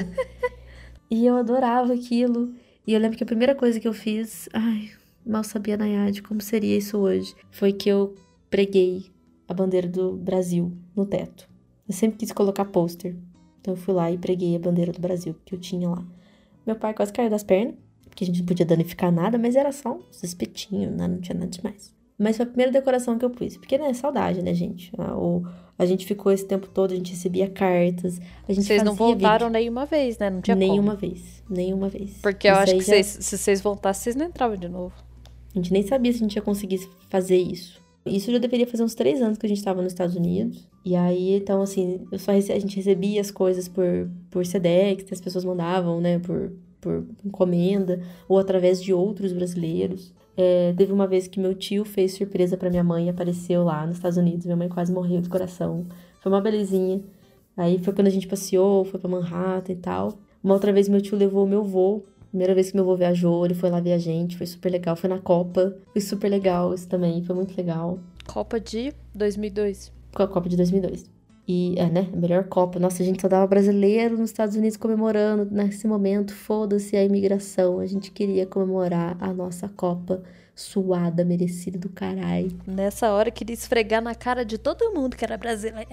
E eu adorava aquilo. E eu lembro que a primeira coisa que eu fiz, ai, mal sabia a Nayade como seria isso hoje, foi que eu preguei a bandeira do Brasil no teto. Eu sempre quis colocar pôster. Então eu fui lá e preguei a bandeira do Brasil que eu tinha lá. Meu pai quase caiu das pernas, porque a gente não podia danificar nada, mas era só uns espetinhos, né? Não tinha nada demais. Mas foi a primeira decoração que eu pus. Porque, né, saudade, né, gente? A, o, a gente ficou esse tempo todo, a gente recebia cartas, a gente Vocês não fazia voltaram vídeo. nenhuma vez, né? Não tinha Nenhuma como. vez, nenhuma vez. Porque eu Isso acho aí que já. vocês, se vocês voltassem, vocês não entravam de novo. A gente nem sabia se a gente ia conseguir fazer isso. Isso já deveria fazer uns três anos que a gente tava nos Estados Unidos. E aí, então, assim, eu só rece... a gente recebia as coisas por, por Sedex, que as pessoas mandavam, né, por, por encomenda, ou através de outros brasileiros. É, teve uma vez que meu tio fez surpresa pra minha mãe e apareceu lá nos Estados Unidos. Minha mãe quase morreu do coração. Foi uma belezinha. Aí foi quando a gente passeou, foi pra Manhattan e tal. Uma outra vez meu tio levou o meu vô. Primeira vez que meu avô viajou, ele foi lá ver a gente, foi super legal. Foi na Copa, foi super legal isso também, foi muito legal. Copa de dois mil e dois. Com a Copa de dois mil e dois. E, é, né, a melhor Copa. Nossa, a gente só dava brasileiro nos Estados Unidos comemorando nesse momento. Foda-se a imigração. A gente queria comemorar a nossa Copa suada, merecida do caralho. Nessa hora, eu queria esfregar na cara de todo mundo que era brasileiro.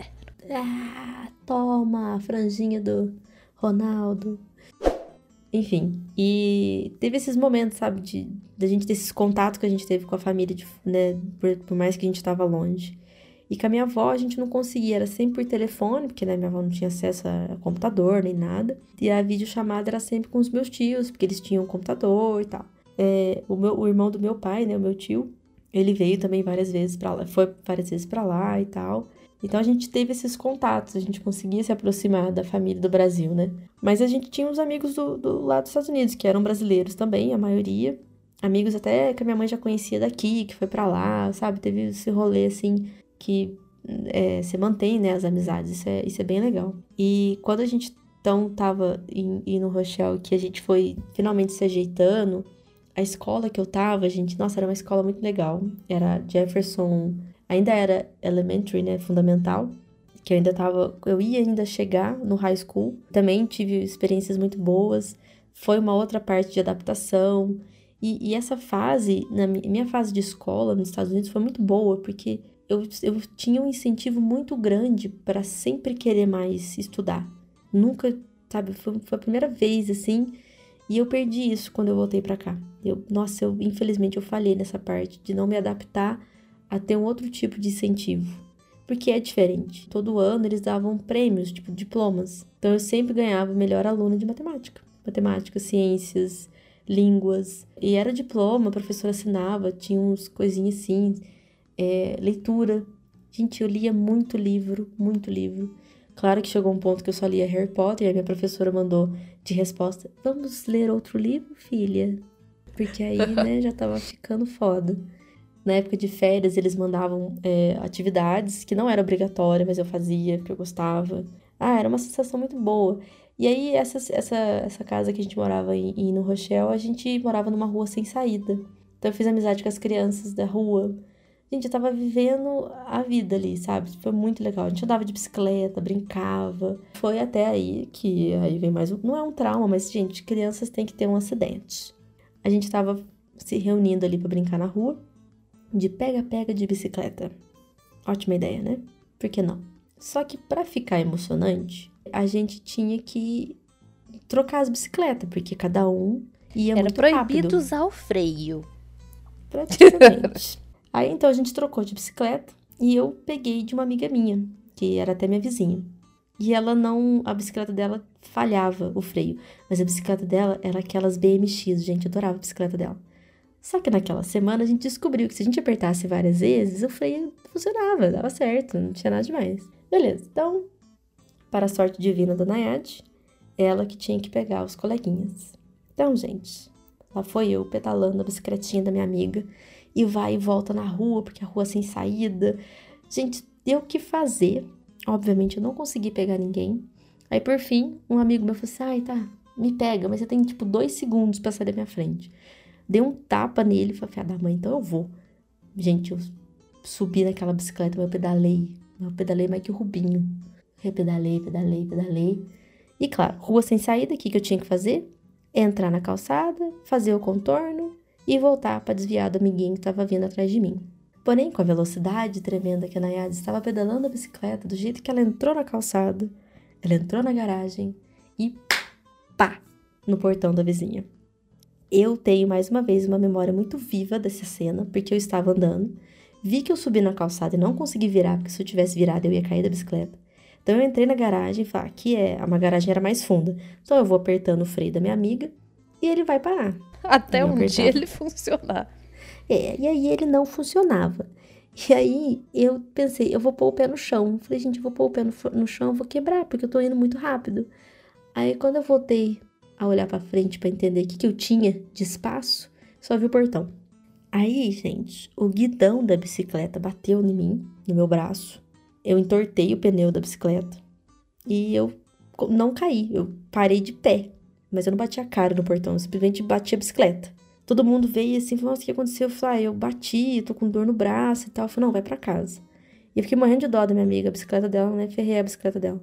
Ah, toma, a franjinha do Ronaldo. Enfim, e teve esses momentos, sabe, de, de a gente ter esses contatos que a gente teve com a família, de, né, por, por mais que a gente tava longe. E com a minha avó a gente não conseguia, era sempre por telefone, porque, né, minha avó não tinha acesso a computador nem nada. E a videochamada era sempre com os meus tios, porque eles tinham computador e tal. É, o, meu, o irmão do meu pai, né, o meu tio, ele veio também várias vezes pra lá, foi várias vezes pra lá e tal. Então a gente teve esses contatos, a gente conseguia se aproximar da família do Brasil, né? Mas a gente tinha uns amigos do, do lado dos Estados Unidos, que eram brasileiros também, a maioria. Amigos até que a minha mãe já conhecia daqui, que foi pra lá, sabe? Teve esse rolê, assim, que é, se mantém, né, as amizades. Isso é, isso é bem legal. E quando a gente, então, tava em, em no Rochelle, que a gente foi finalmente se ajeitando, a escola que eu tava, gente, nossa, era uma escola muito legal. Era Jefferson... Ainda era elementary, né, fundamental, que eu ainda tava, eu ia ainda chegar no high school. Também tive experiências muito boas, foi uma outra parte de adaptação. E, e essa fase, na minha fase de escola nos Estados Unidos foi muito boa, porque eu, eu tinha um incentivo muito grande para sempre querer mais estudar. Nunca, sabe, foi, foi a primeira vez, assim, E eu perdi isso quando eu voltei pra cá. Eu, nossa, eu, infelizmente eu falhei nessa parte de não me adaptar a ter um outro tipo de incentivo. Porque é diferente. Todo ano eles davam prêmios, tipo diplomas. Então eu sempre ganhava melhor aluna de matemática. Matemática, ciências, línguas. E era diploma, a professora assinava, tinha uns coisinhas assim, é, leitura. Gente, eu lia muito livro, muito livro. Claro que chegou um ponto que eu só lia Harry Potter e a minha professora mandou de resposta: vamos ler outro livro, filha? Porque aí, né, já tava ficando foda. Na época de férias, eles mandavam é, atividades que não era obrigatória, mas eu fazia, porque eu gostava. Ah, era uma sensação muito boa. E aí, essa, essa, essa casa que a gente morava em, em no Rochelle, a gente morava numa rua sem saída. Então, eu fiz amizade com as crianças da rua. Gente, eu tava vivendo a vida ali, sabe? Foi muito legal. A gente andava de bicicleta, brincava. Foi até aí que aí vem mais um... Não é um trauma, mas, gente, crianças têm que ter um acidente. A gente tava se reunindo ali pra brincar na rua, de pega-pega de bicicleta. Ótima ideia, né? Por que não? Só que pra ficar emocionante, a gente tinha que trocar as bicicletas, porque cada um ia Era muito proibido rápido. usar o freio. Praticamente. Aí então a gente trocou de bicicleta e eu peguei de uma amiga minha, que era até minha vizinha. E ela não... A bicicleta dela falhava o freio, mas a bicicleta dela era aquelas B M X, gente, eu adorava a bicicleta dela. Só que naquela semana a gente descobriu que se a gente apertasse várias vezes, o freio funcionava, dava certo, não tinha nada demais. Beleza, então, para a sorte divina da Nayade, ela que tinha que pegar os coleguinhas. Então, gente, lá foi eu pedalando a bicicletinha da minha amiga e vai e volta na rua, porque a rua sem saída. Gente, deu o que fazer. Obviamente, eu não consegui pegar ninguém. Aí, por fim, um amigo meu falou assim: ai, tá, me pega, mas você tem, tipo, dois segundos pra sair da minha frente. Dei um tapa nele e falei: filha da mãe, então eu vou. Gente, eu subi naquela bicicleta, mas eu pedalei. Eu pedalei mais que o Rubinho. Eu pedalei, pedalei, pedalei. E claro, rua sem saída, o que, que eu tinha que fazer? Entrar na calçada, fazer o contorno e voltar para desviar do amiguinho que estava vindo atrás de mim. Porém, com a velocidade tremenda que a Nayade estava pedalando a bicicleta, do jeito que ela entrou na calçada, ela entrou na garagem e pá, no portão da vizinha. Eu tenho, mais uma vez, uma memória muito viva dessa cena, porque eu estava andando, vi que eu subi na calçada e não consegui virar, porque se eu tivesse virado eu ia cair da bicicleta. Então eu entrei na garagem e falei: aqui é, uma garagem era mais funda, então eu vou apertando o freio da minha amiga e ele vai parar. Até um dia ele funcionar. É, e aí ele não funcionava. E aí eu pensei: eu vou pôr o pé no chão. Falei: gente, eu vou pôr o pé no, no chão, eu vou quebrar, porque eu tô indo muito rápido. Aí quando eu voltei a olhar pra frente pra entender o que, que eu tinha de espaço, só vi o portão. Aí, gente, o guidão da bicicleta bateu em mim, no meu braço. Eu entortei o pneu da bicicleta e eu não caí, eu parei de pé. Mas eu não bati a cara no portão, eu simplesmente bati a bicicleta. Todo mundo veio assim, falou: nossa, o que aconteceu? Eu falei: ah, eu bati, tô com dor no braço e tal. Eu falei: não, vai pra casa. E eu fiquei morrendo de dó da minha amiga, a bicicleta dela, né? Ferrei a bicicleta dela.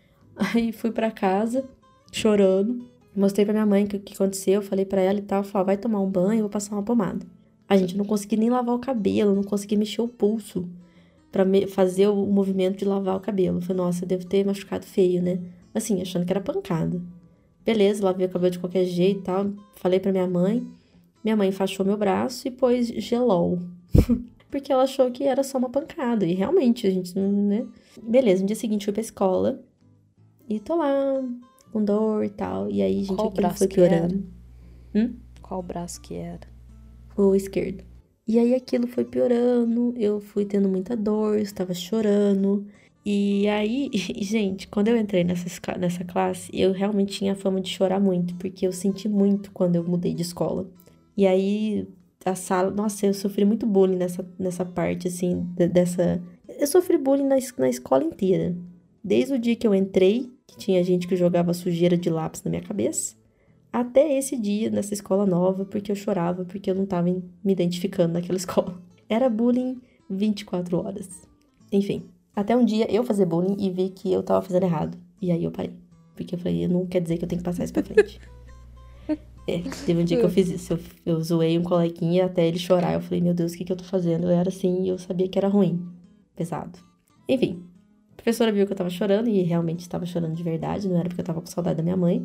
Aí fui pra casa, chorando. Mostrei pra minha mãe o que, que aconteceu, eu falei pra ela e tal. Falei: vai tomar um banho, eu vou passar uma pomada. A gente não consegui nem lavar o cabelo, não consegui mexer o pulso pra me fazer o movimento de lavar o cabelo. Eu falei: nossa, eu devo ter machucado feio, né? Assim, achando que era pancada. Beleza, lavei o cabelo de qualquer jeito e tal. Falei pra minha mãe. Minha mãe enfaixou meu braço e pôs gelol. Porque ela achou que era só uma pancada. E realmente, a gente não, né? Beleza, no dia seguinte fui pra escola. E tô lá, com dor e tal. E aí, gente, Qual aquilo braço foi que piorando. Hum? Qual braço que era? O esquerdo. E aí aquilo foi piorando, eu fui tendo muita dor, eu estava chorando. E aí, gente, quando eu entrei nessa, esca- nessa classe, eu realmente tinha fama de chorar muito, porque eu senti muito quando eu mudei de escola. E aí, a sala... Nossa, eu sofri muito bullying nessa, nessa parte, assim, de- dessa... Eu sofri bullying na, es- na escola inteira. Desde o dia que eu entrei, que tinha gente que jogava sujeira de lápis na minha cabeça, até esse dia, nessa escola nova, porque eu chorava, porque eu não tava em- me identificando naquela escola. Era bullying vinte e quatro horas. Enfim, até um dia eu fazer bullying e vi que eu tava fazendo errado. E aí eu parei. Porque eu falei: não quer dizer que eu tenho que passar isso pra frente. É, teve um dia que eu fiz isso. Eu, eu zoei um coleguinha até ele chorar. Eu falei: meu Deus, o que que eu tô fazendo? Eu era assim e eu sabia que era ruim. Pesado. Enfim, a professora viu que eu tava chorando e realmente estava chorando de verdade. Não era porque eu tava com saudade da minha mãe.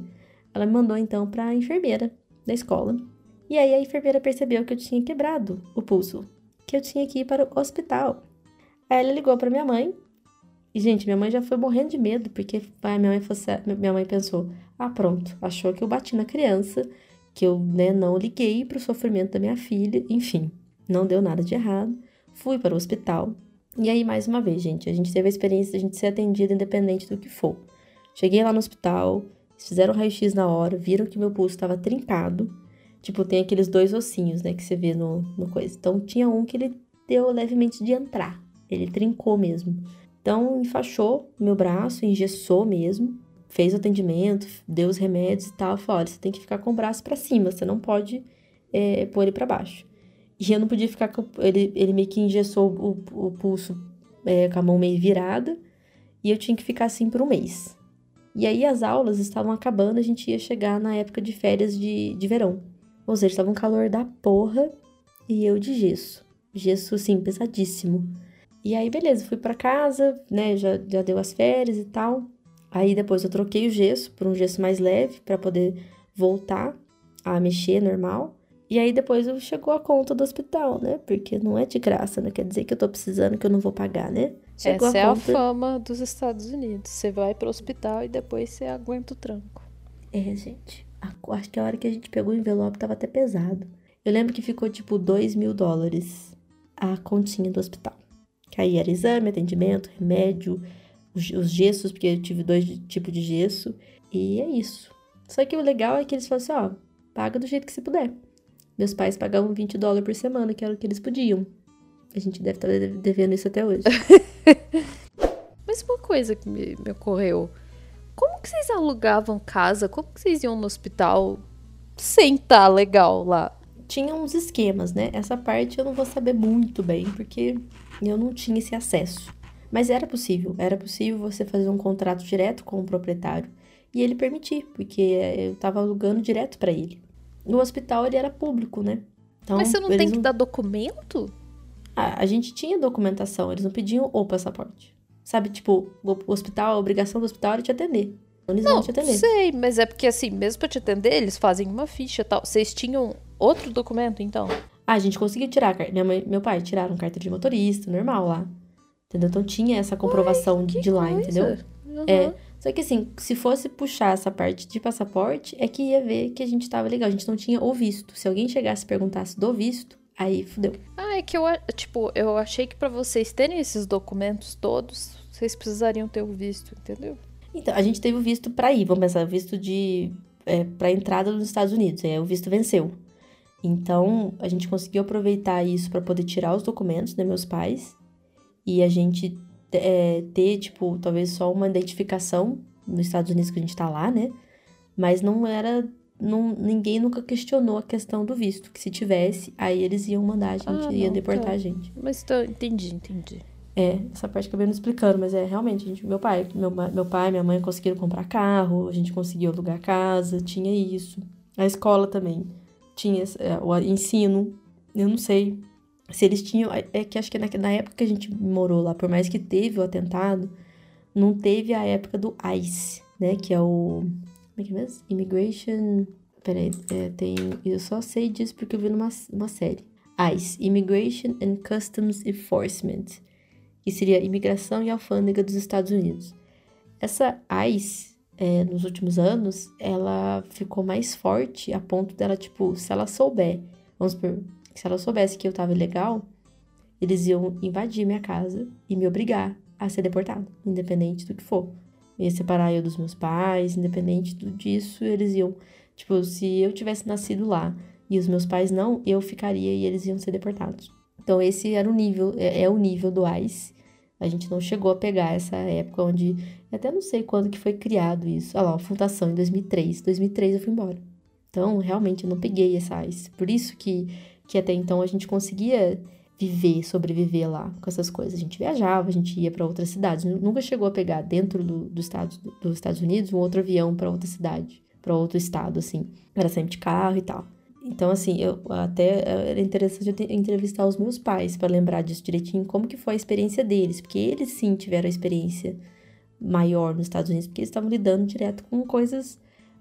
Ela me mandou, então, pra enfermeira da escola. E aí a enfermeira percebeu que eu tinha quebrado o pulso, que eu tinha que ir para o hospital. Aí ela ligou pra minha mãe. E, gente, minha mãe já foi morrendo de medo, porque a minha mãe, fosse, minha mãe pensou, ah, pronto, achou que eu bati na criança, que eu, né, não liguei pro sofrimento da minha filha, enfim, não deu nada de errado. Fui para o hospital. E aí, mais uma vez, gente, a gente teve a experiência de a gente ser atendida independente do que for. Cheguei lá no hospital, fizeram raio-x na hora, viram que meu pulso estava trincado. Tipo, tem aqueles dois ossinhos, né, que você vê no, no coisa. Então, tinha um que ele deu levemente de entrar. Ele trincou mesmo. Então, enfaixou meu braço, engessou mesmo, fez o atendimento, deu os remédios e tal. Falou, olha, você tem que ficar com o braço pra cima, você não pode é, pôr ele pra baixo. E eu não podia ficar com... Ele, ele meio que engessou o, o pulso é, com a mão meio virada, e eu tinha que ficar assim por um mês. E aí as aulas estavam acabando, a gente ia chegar na época de férias de, de verão. Ou seja, estava um calor da porra, e eu de gesso. Gesso, assim, pesadíssimo. E aí, beleza, fui pra casa, né, já, já deu as férias e tal. Aí, depois eu troquei o gesso por um gesso mais leve, pra poder voltar a mexer normal. E aí, depois chegou a conta do hospital, né, porque não é de graça, não quer dizer que eu tô precisando, que eu não vou pagar, né. Chegou Essa a é conta... a fama dos Estados Unidos. Você vai pro hospital e depois você aguenta o tranco. É, gente, a, acho que a hora que a gente pegou o envelope tava até pesado. Eu lembro que ficou, tipo, dois mil dólares a continha do hospital. Que aí era exame, atendimento, remédio, os, os gessos, porque eu tive dois tipos de gesso. E é isso. Só que o legal é que eles falaram assim, ó, paga do jeito que você puder. Meus pais pagavam vinte dólares por semana, que era o que eles podiam. A gente deve estar devendo isso até hoje. Mas uma coisa que me, me ocorreu. Como que vocês alugavam casa? Como que vocês iam no hospital sem estar legal lá? Tinha uns esquemas, né? Essa parte eu não vou saber muito bem, porque eu não tinha esse acesso. Mas era possível, era possível você fazer um contrato direto com o proprietário e ele permitir, porque eu tava alugando direto pra ele. No hospital ele era público, né? Então, Mas você não eles tem que dar documento? Ah, a gente tinha documentação, eles não pediam o passaporte. Sabe, tipo, o hospital, a obrigação do hospital era te atender. Eles Não, vão te atender. sei, mas é porque assim, mesmo pra te atender, eles fazem uma ficha e tal. Vocês tinham outro documento, então? Ah, a gente conseguiu tirar, minha mãe, meu pai tiraram carta de motorista, normal lá. Entendeu? Então tinha essa comprovação Uai, que de lá, coisa. entendeu? Uhum. É, só que assim, se fosse puxar essa parte de passaporte, é que ia ver que a gente tava legal, a gente não tinha o visto. Se alguém chegasse e perguntasse do visto, aí fudeu. Ah, é que eu, tipo, eu achei que pra vocês terem esses documentos todos, vocês precisariam ter o visto, entendeu? Então, a gente teve o visto pra ir, vamos pensar, o visto de... É, pra entrada nos Estados Unidos, é, o visto venceu. Então, a gente conseguiu aproveitar isso pra poder tirar os documentos, né, meus pais, e a gente é, ter, tipo, talvez só uma identificação nos Estados Unidos que a gente tá lá, né? Mas não era... Não, ninguém nunca questionou a questão do visto, que se tivesse, aí eles iam mandar a gente, Ah, iam não, deportar tá. a gente. Mas tá, entendi, entendi. É, essa parte que eu acabei não explicando, mas é realmente, a gente, meu pai, meu, meu pai e minha mãe conseguiram comprar carro, a gente conseguiu alugar casa, tinha isso. A escola também tinha é, o ensino, eu não sei se eles tinham, é que acho que na, na época que a gente morou lá, por mais que teve o atentado, não teve a época do ICE, né, que é o, como é que é mesmo? Immigration, peraí, é, tem, eu só sei disso porque eu vi numa, numa série. ICE, Immigration and Customs Enforcement, que seria Imigração e Alfândega dos Estados Unidos. Essa ICE, é, nos últimos anos, ela ficou mais forte a ponto dela, tipo, se ela souber, vamos supor, se ela soubesse que eu tava ilegal, eles iam invadir minha casa e me obrigar a ser deportado, independente do que for. Ia separar eu dos meus pais, independente do, disso, eles iam... Tipo, se eu tivesse nascido lá e os meus pais não, eu ficaria e eles iam ser deportados. Então, esse era o nível, é, é o nível do ICE. A gente não chegou a pegar essa época onde... Eu até não sei quando que foi criado isso. Olha lá, a fundação em dois mil e três. Em dois mil e três eu fui embora. Então, realmente, eu não peguei essa ICE. Por isso que, que até então a gente conseguia viver, sobreviver lá com essas coisas. A gente viajava, a gente ia para outras cidades. Nunca chegou a pegar dentro do, do Estados, dos Estados Unidos um outro avião para outra cidade, para outro estado, assim. Era sempre de carro e tal. Então, assim, eu até era interessante eu entrevistar os meus pais para lembrar disso direitinho, como que foi a experiência deles, porque eles sim tiveram a experiência maior nos Estados Unidos, porque eles estavam lidando direto com coisas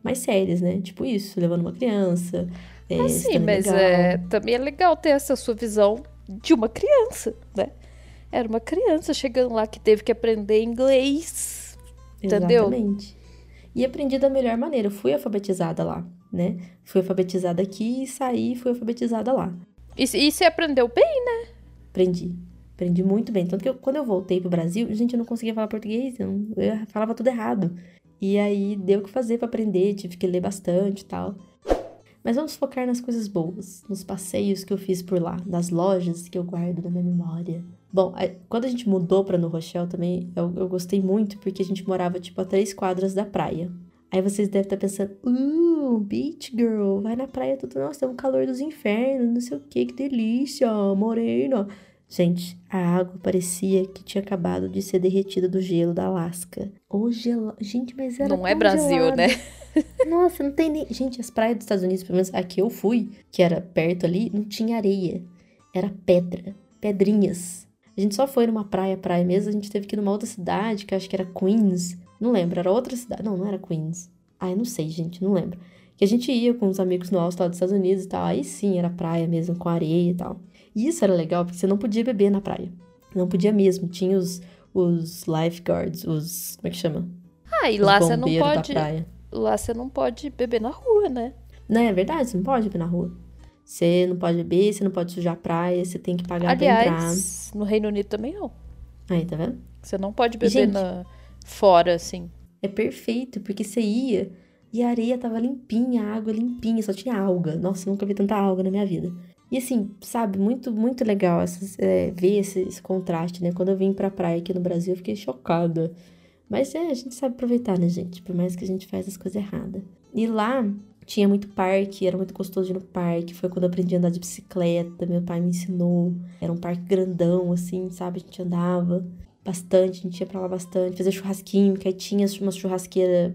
mais sérias, né? Tipo isso, levando uma criança, é, Ah, sim, estando mas legal. é, também é legal ter essa sua visão de uma criança, né? Era uma criança chegando lá que teve que aprender inglês, entendeu? Exatamente. E aprendi da melhor maneira. Eu fui alfabetizada lá, né? Fui alfabetizada aqui e saí e fui alfabetizada lá. E, e você aprendeu bem, né? Aprendi. Aprendi muito bem. Tanto que eu- quando eu voltei pro Brasil, gente, eu não conseguia falar português. Eu, não- eu falava tudo errado. E aí deu o que fazer pra aprender. Tive que ler bastante e tal. Mas vamos focar nas coisas boas. Nos passeios que eu fiz por lá. Nas lojas que eu guardo na minha memória. Bom, aí, quando a gente mudou pra No Rochelle também, eu, eu gostei muito. Porque a gente morava, tipo, a três quadras da praia. Aí vocês devem estar pensando, uh, beach girl, vai na praia tudo, nossa, é um calor dos infernos, não sei o que, que delícia, morena. Gente, a água parecia que tinha acabado de ser derretida do gelo da Alasca. Ou gelo... Gente, mas era Não é tão Brasil, né? gelada. Nossa, não tem nem... Gente, as praias dos Estados Unidos, pelo menos a que eu fui, que era perto ali, não tinha areia. Era pedra, pedrinhas. A gente só foi numa praia, praia mesmo, a gente teve que ir numa outra cidade, que eu acho que era Queens. Não lembro, era outra cidade. Não, não era Queens. Ai, não sei, gente, não lembro. Que a gente ia com os amigos nossos lá dos Estados Unidos e tal. Aí sim, era praia mesmo, com areia e tal. E isso era legal, porque você não podia beber na praia. Não podia mesmo. Tinha os, os lifeguards, os... Como é que chama? Ah, e Os lá você não bombeiros da pode. praia. Lá você não pode beber na rua, né? Não, é verdade, você não pode beber na rua. Você não pode beber, você não pode sujar a praia, você tem que pagar pra entrar. Aliás, no Reino Unido também não. Aí, tá vendo? Você não pode E, beber gente, na... fora, assim. é perfeito, porque você ia e a areia tava limpinha, a água limpinha, só tinha alga. Nossa, eu nunca vi tanta alga na minha vida. E assim, sabe, muito, muito legal essas, é, ver esse, esse contraste, né? Quando eu vim pra praia aqui no Brasil, eu fiquei chocada. Mas é, a gente sabe aproveitar, né, gente? Por mais que a gente faz as coisas erradas. E lá tinha muito parque, era muito gostoso de ir no parque. Foi quando eu aprendi a andar de bicicleta, meu pai me ensinou. Era um parque grandão, assim, sabe? A gente andava bastante, a gente ia pra lá bastante, fazer churrasquinho, que aí tinha uma churrasqueira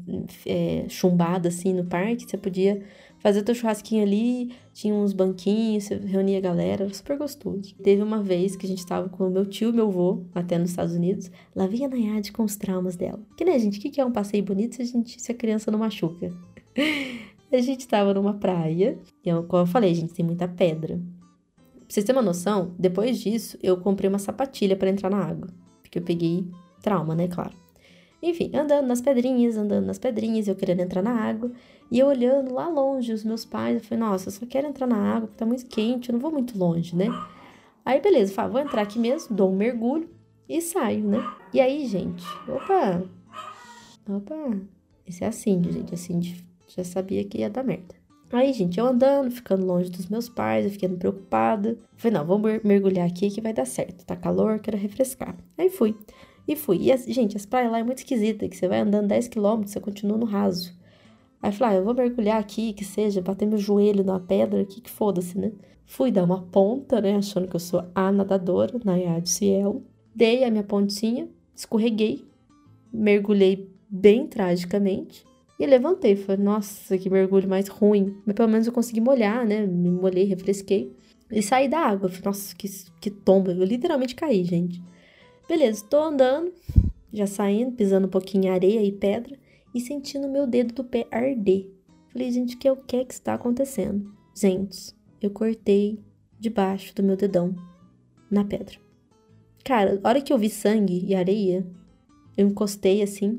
é, chumbada, assim, no parque. Você podia fazer o teu churrasquinho ali, tinha uns banquinhos, você reunia a galera, era super gostoso. Teve uma vez que a gente tava com o meu tio e meu avô, até nos Estados Unidos, lá vinha a Nayade com os traumas dela. Que, né, gente, o que é um passeio bonito se a, gente, se a criança não machuca? A gente tava numa praia, e eu, como eu falei, gente, tem muita pedra. Pra vocês terem uma noção, depois disso, eu comprei uma sapatilha pra entrar na água. Porque eu peguei trauma, né, claro. Enfim, andando nas pedrinhas, andando nas pedrinhas, eu querendo entrar na água. E eu olhando lá longe os meus pais, eu falei, nossa, eu só quero entrar na água porque tá muito quente, eu não vou muito longe, né? Aí, beleza, eu falo, vou entrar aqui mesmo, dou um mergulho e saio, né? E aí, gente, opa, opa, esse é a Cindy, gente, a Cindy já sabia que ia dar merda. Aí, gente, eu andando, ficando longe dos meus pais, eu ficando preocupada. Falei, não, vou mergulhar aqui que vai dar certo. Tá calor, quero refrescar. Aí fui. E fui. E, as, gente, as praias lá é muito esquisita, que você vai andando dez quilômetros, você continua no raso. Aí falei, ah, eu vou mergulhar aqui, que seja, bater meu joelho na pedra aqui, que foda-se, né? Fui dar uma ponta, né, achando que eu sou a nadadora, Nayade Cielo. Dei a minha pontinha, escorreguei, mergulhei bem tragicamente. E levantei, falei, nossa, que mergulho mais ruim. Mas pelo menos eu consegui molhar, né? Me molhei, refresquei. E saí da água. Falei, nossa, que, que tomba. Eu literalmente caí, gente. Beleza, tô andando, já saindo, pisando um pouquinho em areia e pedra. E sentindo o meu dedo do pé arder. Falei, gente, o que é o que é que está acontecendo? Gente, eu cortei debaixo do meu dedão, na pedra. Cara, a hora que eu vi sangue e areia, eu encostei assim.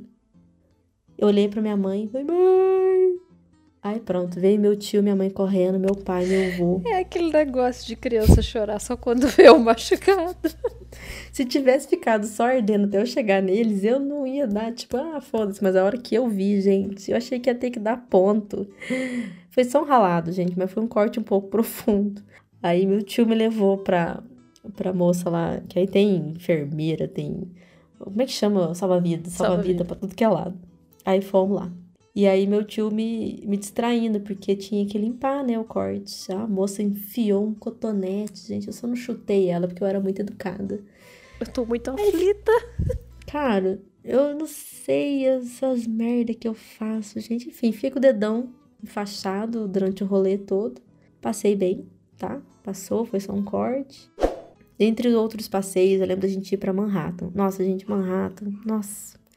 Eu olhei pra minha mãe, falei, mãe! Aí pronto, veio meu tio, minha mãe correndo, meu pai, meu avô. É aquele negócio de criança chorar só quando vê o machucado. Se tivesse ficado só ardendo até eu chegar neles, eu não ia dar, tipo, ah, foda-se. Mas a hora que eu vi, gente, eu achei que ia ter que dar ponto. Foi só um ralado, gente, mas foi um corte um pouco profundo. Aí meu tio me levou pra, pra moça lá, que aí tem enfermeira, tem... Como é que chama? Salva-vida. Salva-vida pra tudo que é lado. Aí fomos lá. E aí meu tio me, me distraindo, porque tinha que limpar, né, o corte. A moça enfiou um cotonete, gente. Eu só não chutei ela, porque eu era muito educada. Eu tô muito aflita. Cara, eu não sei essas merda que eu faço, gente. Enfim, fica o dedão enfaixado durante o rolê todo. Passei bem, tá? Passou, foi só um corte. Entre os outros passeios, eu lembro da gente ir pra Manhattan. Nossa, gente, Manhattan, nossa...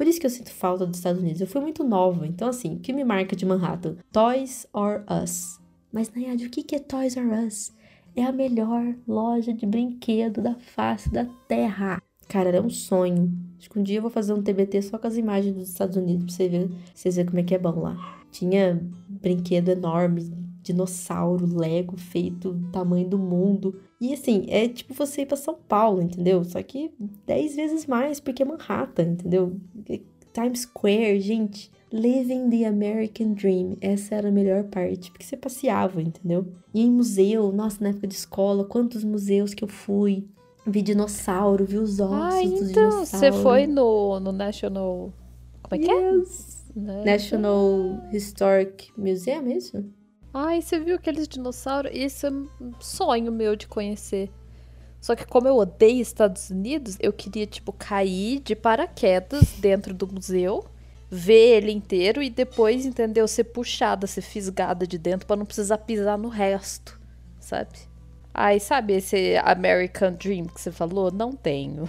Por isso que eu sinto falta dos Estados Unidos. Eu fui muito nova, então assim, o que me marca de Manhattan? Toys R Us. Mas, Nayade, o que que é Toys R Us? É a melhor loja de brinquedo da face da Terra. Cara, era um sonho. Acho que um dia eu vou fazer um T B T só com as imagens dos Estados Unidos pra você ver, pra vocês verem como é que é bom lá. Tinha brinquedo enorme, dinossauro, Lego feito do tamanho do mundo. E assim, é tipo você ir pra São Paulo, entendeu? Só que dez vezes mais, porque é Manhattan, entendeu? Times Square, gente, living the American Dream. Essa era a melhor parte, porque você passeava, entendeu? E em museu, nossa, na época de escola, quantos museus que eu fui. Vi dinossauro, vi os ossos Ah, dos então, dinossauros. você foi no, no National... Como é que Yes. é? Né? National Historic Museum, é isso? Ai, você viu aqueles dinossauros? Isso é um sonho meu de conhecer. Só que como eu odeio Estados Unidos, eu queria, tipo, cair de paraquedas dentro do museu, ver ele inteiro e depois, entendeu? Ser puxada, ser fisgada de dentro pra não precisar pisar no resto, sabe? Ai, sabe esse American Dream que você falou? Não tenho.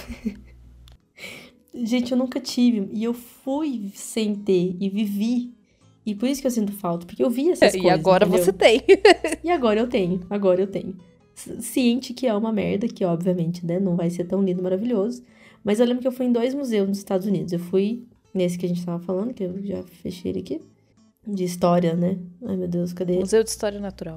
Gente, eu nunca tive. E eu fui sem ter e vivi. E por isso que eu sinto falta, porque eu vi essas E coisas, agora entendeu? você tem. E agora eu tenho, agora eu tenho. C- Ciente que é uma merda, que obviamente, né, não vai ser tão lindo, maravilhoso. Mas eu lembro que eu fui em dois museus nos Estados Unidos. Eu fui nesse que a gente tava falando, que eu já fechei ele aqui. De história, né? Ai, meu Deus, cadê ele? Museu de História Natural.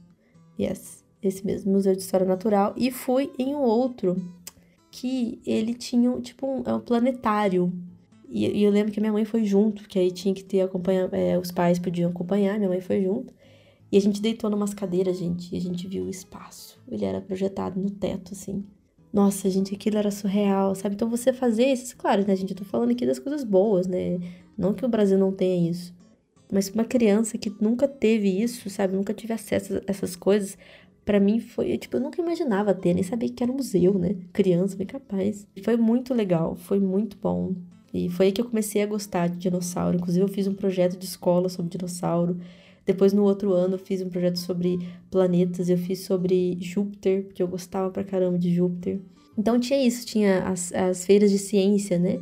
Yes, esse mesmo, Museu de História Natural. E fui em um outro que ele tinha, um, tipo, um, é um planetário. E, e eu lembro que a minha mãe foi junto, que aí tinha que ter acompanha, é, os pais podiam acompanhar, minha mãe foi junto. E a gente deitou numas cadeiras, gente, e a gente viu o espaço. Ele era projetado no teto, assim. Nossa, gente, aquilo era surreal, sabe? Então você fazer isso, claro, né, gente? Eu tô falando aqui das coisas boas, né? Não que o Brasil não tenha isso. Mas uma criança que nunca teve isso, sabe? Nunca tive acesso a essas coisas, pra mim foi, tipo, eu nunca imaginava ter, nem sabia que era um museu, né? Criança, bem capaz. Foi muito legal, foi muito bom. E foi aí que eu comecei a gostar de dinossauro. Inclusive, eu fiz um projeto de escola sobre dinossauro. Depois, no outro ano, eu fiz um projeto sobre planetas. Eu fiz sobre Júpiter, porque eu gostava pra caramba de Júpiter. Então, tinha isso. Tinha as, as feiras de ciência, né?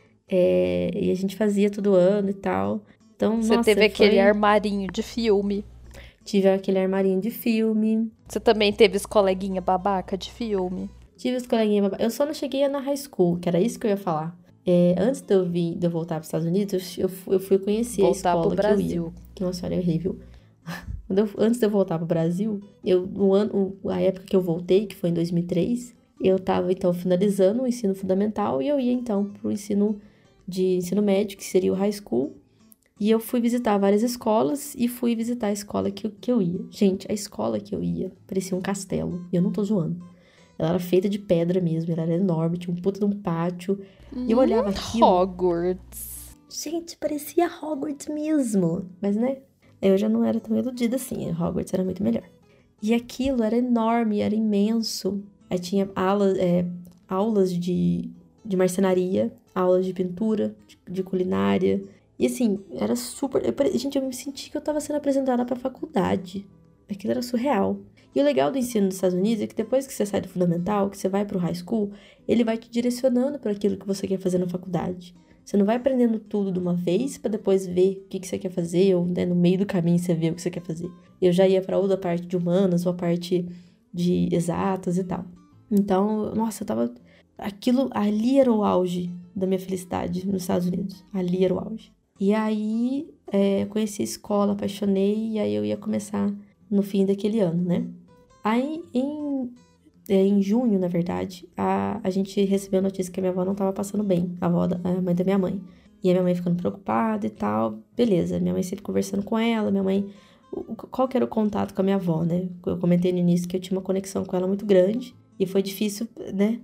É, e a gente fazia todo ano e tal. Então, Você nossa, teve aquele foi... armarinho de filme. Tive aquele armarinho de filme. Você também teve os coleguinha babaca de filme. Tive os coleguinhas... baba- Eu só não cheguei a na high school, que era isso que eu ia falar. É, antes de eu, vir, de eu voltar para os Estados Unidos, eu, fu- eu fui conhecer a Voltar pro escola que eu ia. Brasil. Que nossa senhora, é horrível. Quando eu- antes de eu voltar pro Brasil, eu, no ano, a época que eu voltei, que foi em dois mil e três, eu tava, então, finalizando o ensino fundamental e eu ia, então, pro ensino de ensino médio, que seria o high school. E eu fui visitar várias escolas e fui visitar a escola que, eu- que eu ia. Gente, a escola que eu ia parecia um castelo. E eu não tô zoando. Ela era feita de pedra mesmo, ela era enorme, tinha um puta de um pátio. E eu olhava aquilo. Hogwarts. Gente, parecia Hogwarts mesmo. Mas, né, eu já não era tão iludida assim. Hogwarts era muito melhor. E aquilo era enorme, era imenso. Aí tinha aula, é, aulas de, de marcenaria, aulas de pintura, de, de culinária. E assim, era super... eu pare- gente, eu me senti que eu tava sendo apresentada pra faculdade. Aquilo era surreal. E o legal do ensino dos Estados Unidos é que depois que você sai do fundamental, que você vai pro high school, ele vai te direcionando para aquilo que você quer fazer na faculdade. Você não vai aprendendo tudo de uma vez para depois ver o que, que você quer fazer, ou né, no meio do caminho você vê o que você quer fazer. Eu já ia pra outra parte de humanas, ou a parte de exatas e tal. Então, nossa, eu tava... Aquilo, ali era o auge da minha felicidade nos Estados Unidos. Ali era o auge. E aí, é, conheci a escola, apaixonei, e aí eu ia começar no fim daquele ano, né? Aí, em, é, em junho, na verdade, a, a gente recebeu a notícia que a minha avó não tava passando bem, a avó, da, a mãe da minha mãe. E a minha mãe ficando preocupada e tal. Beleza, minha mãe sempre conversando com ela, minha mãe... o- Qual que era o contato com a minha avó, né? Eu comentei no início que eu tinha uma conexão com ela muito grande, e foi difícil, né?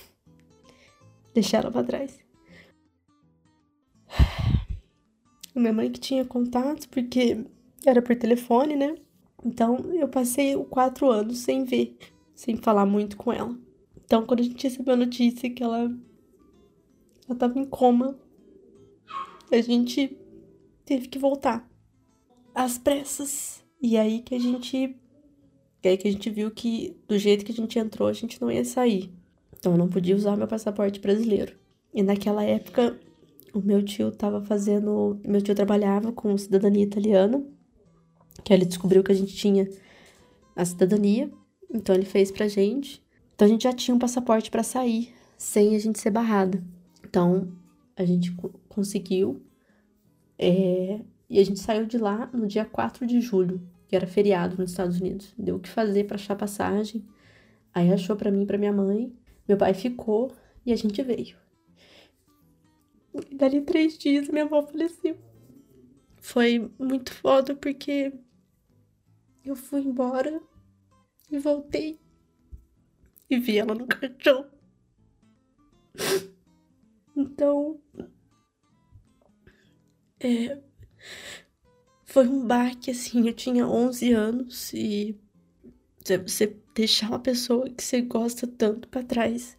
Deixar ela pra trás. Minha mãe que tinha contato, porque era por telefone, né? Então, eu passei quatro anos sem ver, sem falar muito com ela. Então, quando a gente recebeu a notícia que ela, ela tava em coma, a gente teve que voltar às pressas. E aí que a gente... E aí que a gente viu que, do jeito que a gente entrou, a gente não ia sair. Então, eu não podia usar meu passaporte brasileiro. E naquela época, o meu tio tava fazendo... Meu tio trabalhava com cidadania italiana, que ele descobriu que a gente tinha a cidadania, então ele fez pra gente. Então a gente já tinha um passaporte pra sair, sem a gente ser barrada. Então a gente co- conseguiu, é, e a gente saiu de lá no dia quatro de julho, que era feriado nos Estados Unidos. Deu o que fazer pra achar passagem. Aí achou pra mim e pra minha mãe. Meu pai ficou e a gente veio. E dali três dias minha avó faleceu. Foi muito foda porque eu fui embora e voltei e vi ela no caixão. Então, é, foi um baque, assim. Eu tinha onze anos e você deixar uma pessoa que você gosta tanto pra trás.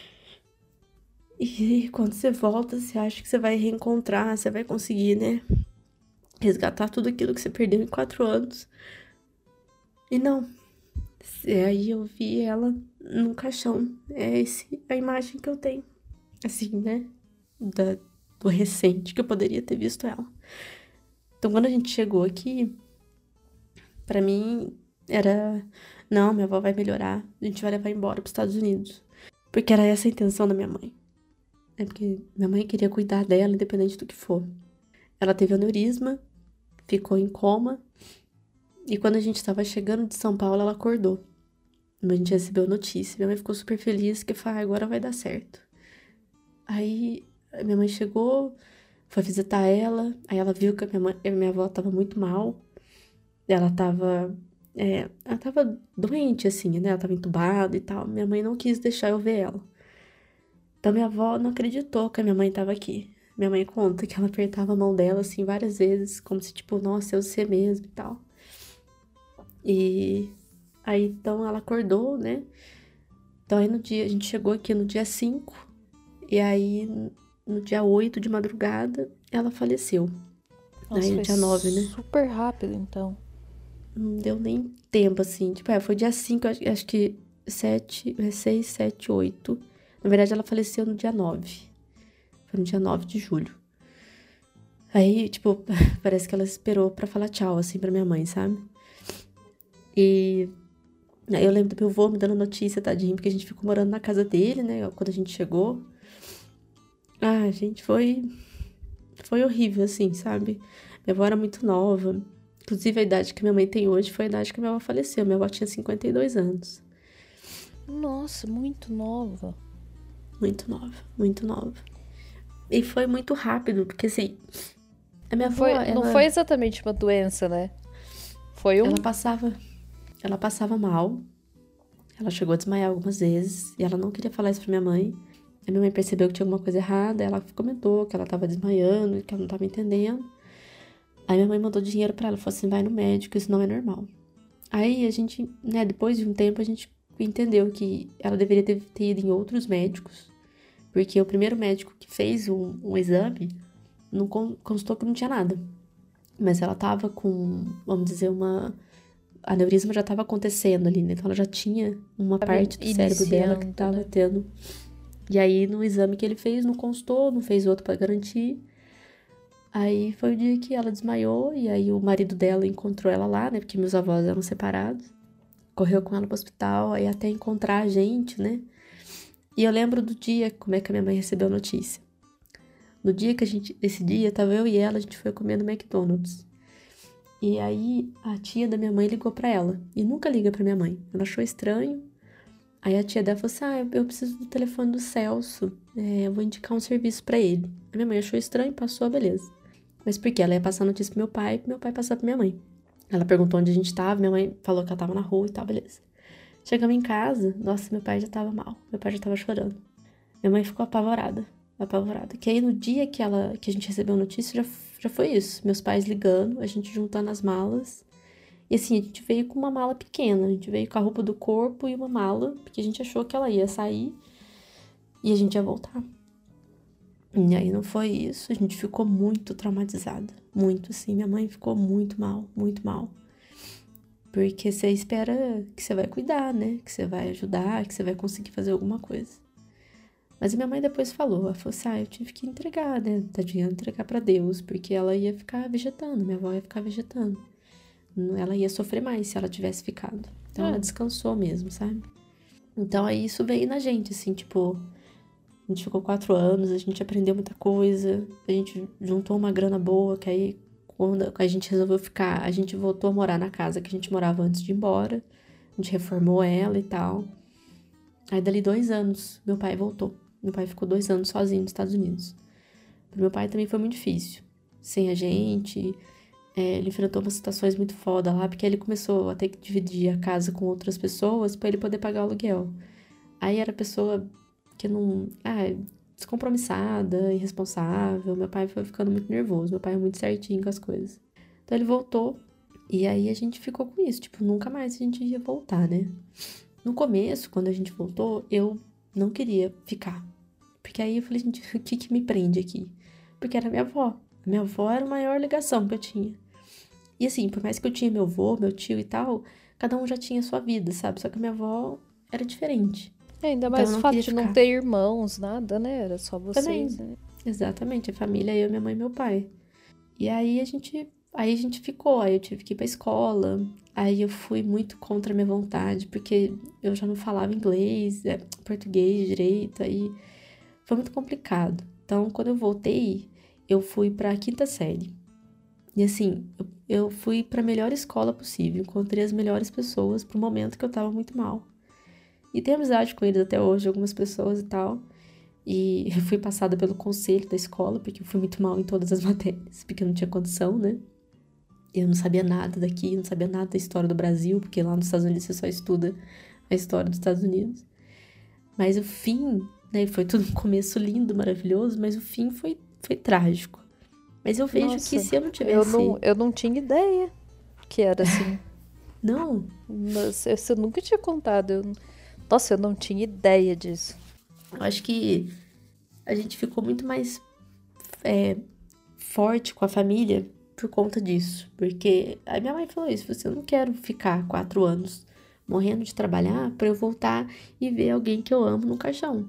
E quando você volta, você acha que você vai reencontrar, você vai conseguir, né? Resgatar tudo aquilo que você perdeu em quatro anos. E não. E aí eu vi ela no caixão. É esse a imagem que eu tenho. Assim, né? Da, do recente, que eu poderia ter visto ela. Então, quando a gente chegou aqui, pra mim era... Não, minha avó vai melhorar. A gente vai levar embora pros Estados Unidos. Porque era essa a intenção da minha mãe. É porque minha mãe queria cuidar dela, independente do que for. Ela teve aneurisma, ficou em coma. E quando a gente estava chegando de São Paulo, ela acordou. A gente recebeu notícia. Minha mãe ficou super feliz, que falou, ah, agora vai dar certo. Aí a minha mãe chegou, foi visitar ela. Aí ela viu que a minha, mãe, a minha avó tava muito mal. Ela tava, é, ela tava doente, assim, né? Ela tava entubada e tal. Minha mãe não quis deixar eu ver ela. Então minha avó não acreditou que a minha mãe tava aqui. Minha mãe conta que ela apertava a mão dela, assim, várias vezes, como se, tipo, nossa, eu sei mesmo e tal. E aí, então, ela acordou, né? Então, aí no dia, a gente chegou aqui no dia cinco, e aí no dia oito de madrugada, ela faleceu. Nossa, Aí no foi dia nove, né? super rápido, então. Não deu nem tempo, assim. Tipo, é, foi dia cinco, acho, acho que sete, seis, sete, oito. Na verdade, ela faleceu no dia nove. Foi no dia nove de julho. Aí, tipo, parece que ela esperou pra falar tchau, assim, pra minha mãe, sabe? E aí eu lembro do meu avô me dando notícia, tadinho, porque a gente ficou morando na casa dele, né? Quando a gente chegou. Ah, gente, foi... Foi horrível, assim, sabe? Minha avó era muito nova. Inclusive, a idade que minha mãe tem hoje foi a idade que minha avó faleceu. Minha avó tinha cinquenta e dois anos. Nossa, muito nova. Muito nova, muito nova. E foi muito rápido, porque assim, a minha Não avó, foi, não ela, foi exatamente uma doença, né? Foi um. ela passava, ela passava mal. Ela chegou a desmaiar algumas vezes e ela não queria falar isso pra minha mãe. A minha mãe percebeu que tinha alguma coisa errada, ela comentou que ela tava desmaiando, que ela não tava entendendo. Aí minha mãe mandou dinheiro pra ela, falou assim, vai no médico, isso não é normal. Aí a gente, né, depois de um tempo a gente entendeu que ela deveria ter, ter ido em outros médicos, porque o primeiro médico que fez um, um exame não con- constou que não tinha nada. Mas ela tava com, vamos dizer, uma... A aneurisma já tava acontecendo ali, né? Então ela já tinha uma Tava parte do cérebro dela que iniciando, tava né? tendo. E aí no exame que ele fez não constou, não fez outro pra garantir. Aí foi o dia que ela desmaiou e aí o marido dela encontrou ela lá, né? Porque meus avós eram separados. Correu com ela pro hospital, aí até encontrar a gente, né? E eu lembro do dia, como é que a minha mãe recebeu a notícia. No dia que a gente, esse dia, tava eu e ela, a gente foi comer no McDonald's. E aí a tia da minha mãe ligou pra ela. E nunca liga pra minha mãe. Ela achou estranho. Aí a tia dela falou assim, ah, eu- eu preciso do telefone do Celso. É, eu vou indicar um serviço pra ele. A minha mãe achou estranho, passou, beleza. Mas por quê? Ela ia passar a notícia pro meu pai, pro meu pai passar pra minha mãe. Ela perguntou onde a gente tava, minha mãe falou que ela tava na rua e tal, beleza. Chegamos em casa, nossa, meu pai já tava mal. Meu pai já tava chorando. Minha mãe ficou apavorada, apavorada. Que aí no dia que ela, que a gente recebeu a notícia, já, já foi isso. Meus pais ligando, a gente juntando as malas. E assim, a gente veio com uma mala pequena. A gente veio com a roupa do corpo e uma mala, porque a gente achou que ela ia sair e a gente ia voltar. E aí não foi isso, a gente ficou muito traumatizada. Muito, assim. Minha mãe ficou muito mal, muito mal. Porque você espera que você vai cuidar, né? Que você vai ajudar, que você vai conseguir fazer alguma coisa. Mas a minha mãe depois falou, ela falou assim, ah, eu tive que entregar, né? Tadinha, entregar pra Deus, porque ela ia ficar vegetando, minha avó ia ficar vegetando. Ela ia sofrer mais se ela tivesse ficado. Então ela É. descansou mesmo, sabe? Então aí isso veio na gente, assim, tipo, a gente ficou quatro anos, a gente aprendeu muita coisa, a gente juntou uma grana boa, que aí quando a gente resolveu ficar, a gente voltou a morar na casa que a gente morava antes de ir embora, a gente reformou ela e tal. Aí dali dois anos, meu pai voltou. Meu pai ficou dois anos sozinho nos Estados Unidos. Pro meu pai também foi muito difícil. Sem a gente, é, ele enfrentou umas situações muito foda lá, porque ele começou a ter que dividir a casa com outras pessoas pra ele poder pagar o aluguel. Aí era pessoa que não... Ah, descompromissada, irresponsável. Meu pai foi ficando muito nervoso. Meu pai é muito certinho com as coisas. Então ele voltou. E aí a gente ficou com isso. Tipo, nunca mais a gente ia voltar, né? No começo, quando a gente voltou, eu não queria ficar. Porque aí eu falei, gente, o que que me prende aqui? Porque era minha avó. A minha avó era a maior ligação que eu tinha. E assim, por mais que eu tinha meu avô, meu tio e tal, cada um já tinha sua vida, sabe? Só que a minha avó era diferente. É, ainda Então eu mais o não fato queria de não ficar. ter irmãos, nada, né? Era só Também. vocês, né? Exatamente, a família, eu, minha mãe e meu pai. E aí a gente, aí a gente ficou, aí eu tive que ir pra escola. Aí eu fui muito contra a minha vontade, porque eu já não falava inglês, é, português direito, aí foi muito complicado. Então, quando eu voltei, eu fui pra quinta série. E assim, eu, eu fui pra melhor escola possível, encontrei as melhores pessoas pro momento que eu tava muito mal. E tenho amizade com eles até hoje, algumas pessoas e tal. E eu fui passada pelo conselho da escola, porque eu fui muito mal em todas as matérias, porque eu não tinha condição, né? Eu não sabia nada daqui, não sabia nada da história do Brasil, porque lá nos Estados Unidos você só estuda a história dos Estados Unidos. Mas o fim, né, foi tudo um começo lindo, maravilhoso, mas o fim foi, foi trágico. Mas eu vejo que Nossa, se eu não eu tivesse... não, eu não tinha ideia que era assim. Não, Mas você nunca tinha contado. Eu... Nossa, eu não tinha ideia disso. eu acho que a gente ficou muito mais é, forte com a família por conta disso. Porque a minha mãe falou isso, você, eu não quero ficar quatro anos morrendo de trabalhar pra eu voltar e ver alguém que eu amo no caixão.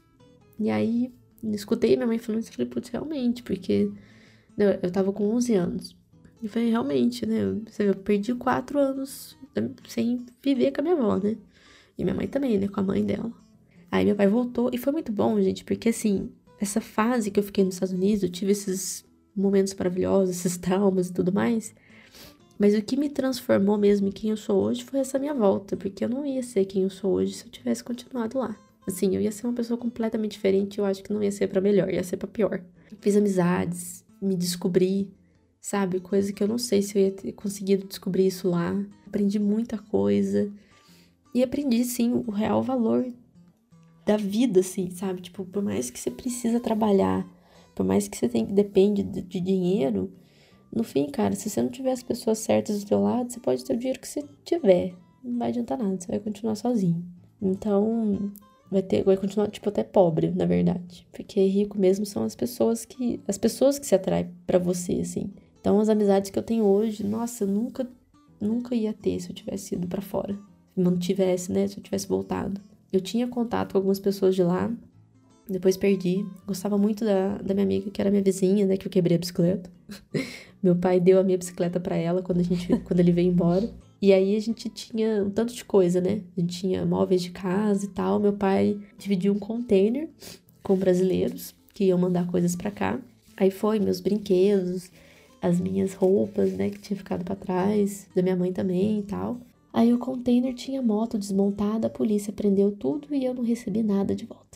E aí, eu escutei minha mãe falando isso e falei, putz, realmente, porque né, eu tava com onze anos. E falei, realmente, né, eu, eu perdi quatro anos sem viver com a minha avó, né? E minha mãe também, né, com a mãe dela. Aí meu pai voltou e foi muito bom, gente, porque assim, essa fase que eu fiquei nos Estados Unidos, eu tive esses momentos maravilhosos, esses traumas e tudo mais. Mas o que me transformou mesmo em quem eu sou hoje foi essa minha volta, porque eu não ia ser quem eu sou hoje se eu tivesse continuado lá. Assim, eu ia ser uma pessoa completamente diferente, eu acho que não ia ser pra melhor, ia ser pra pior. Fiz amizades, me descobri, sabe? Coisa que eu não sei se eu ia ter conseguido descobrir isso lá. Aprendi muita coisa. E aprendi, sim, o real valor da vida, assim, sabe? Tipo, por mais que você precisa trabalhar, por mais que você tem, depende de, de dinheiro, no fim, cara, se você não tiver as pessoas certas do teu lado, você pode ter o dinheiro que você tiver. Não vai adiantar nada, você vai continuar sozinho. Então, vai ter, vai continuar, tipo, até pobre, na verdade. Porque rico mesmo são as pessoas que, as pessoas que se atraem pra você, assim. Então, as amizades que eu tenho hoje, nossa, eu nunca, nunca ia ter se eu tivesse ido pra fora. Se não tivesse, né, se eu tivesse voltado. Eu tinha contato com algumas pessoas de lá, depois perdi. Gostava muito da, da minha amiga, que era minha vizinha, né, que eu quebrei a bicicleta. Meu pai deu a minha bicicleta pra ela quando, a gente, quando ele veio embora. E aí a gente tinha um tanto de coisa, né? A gente tinha móveis de casa e tal. Meu pai dividiu um container com brasileiros que iam mandar coisas pra cá. Aí foi meus brinquedos, as minhas roupas, né, que tinha ficado pra trás, da minha mãe também e tal. Aí o container tinha moto desmontada, a polícia prendeu tudo e eu não recebi nada de volta.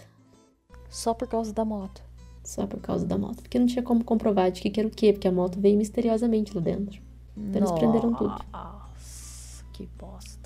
Só por causa da moto. Só por causa da moto. Porque não tinha como comprovar de que, que era o quê, porque a moto veio misteriosamente lá dentro. Então eles prenderam tudo. Nossa, que bosta.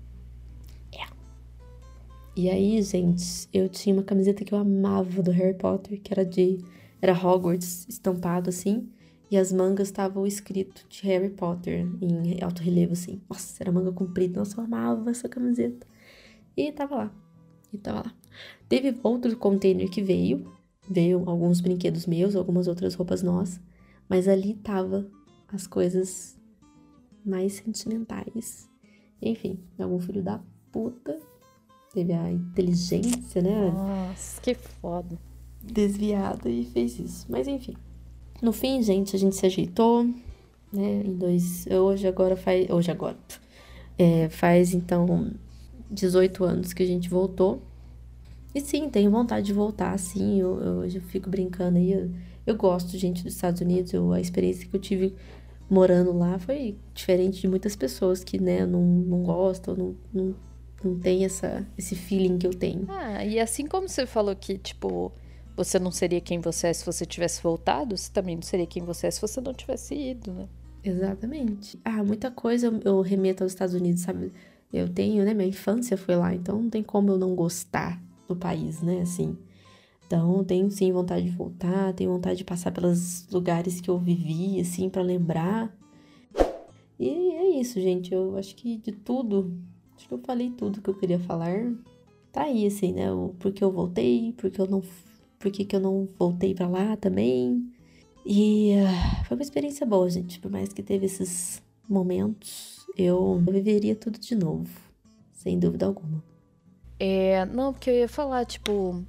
E aí, gente, eu tinha uma camiseta que eu amava do Harry Potter, que era de... Era Hogwarts estampado, assim. E as mangas estavam escrito de Harry Potter em alto relevo, assim. Nossa, era manga comprida. Nossa, eu amava essa camiseta. E tava lá. E tava lá. Teve outro container que veio. Veio alguns brinquedos meus, algumas outras roupas nossas. Mas ali tava as coisas mais sentimentais. Enfim, algum filho da puta teve a inteligência, né? Nossa, que foda. Desviada e fez isso. Mas enfim. No fim, gente, a gente se ajeitou, né? Em dois. Hoje agora faz. Hoje agora. É, faz então dezoito anos que a gente voltou. E sim, tenho vontade de voltar, sim. Eu, eu, hoje eu fico brincando aí. Eu, eu gosto, gente, dos Estados Unidos. Eu, a experiência que eu tive morando lá foi diferente de muitas pessoas que, né, não, não gostam, não, não, não tem essa, esse feeling que eu tenho. Ah, e assim como você falou que, tipo, você não seria quem você é se você tivesse voltado, você também não seria quem você é se você não tivesse ido, né? Exatamente. Ah, muita coisa eu, eu remeto aos Estados Unidos, sabe? Eu tenho, né, minha infância foi lá, então não tem como eu não gostar do país, né, assim. Então, tenho sim vontade de voltar, tenho vontade de passar pelos lugares que eu vivi, assim, pra lembrar. E é isso, gente. Eu acho que de tudo, acho que eu falei tudo que eu queria falar. Tá aí, assim, né? O porquê eu voltei, porque eu não, porque que eu não voltei pra lá também. E uh, foi uma experiência boa, gente. Por mais que teve esses momentos, eu, eu viveria tudo de novo, sem dúvida alguma. É, não, porque eu ia falar, tipo,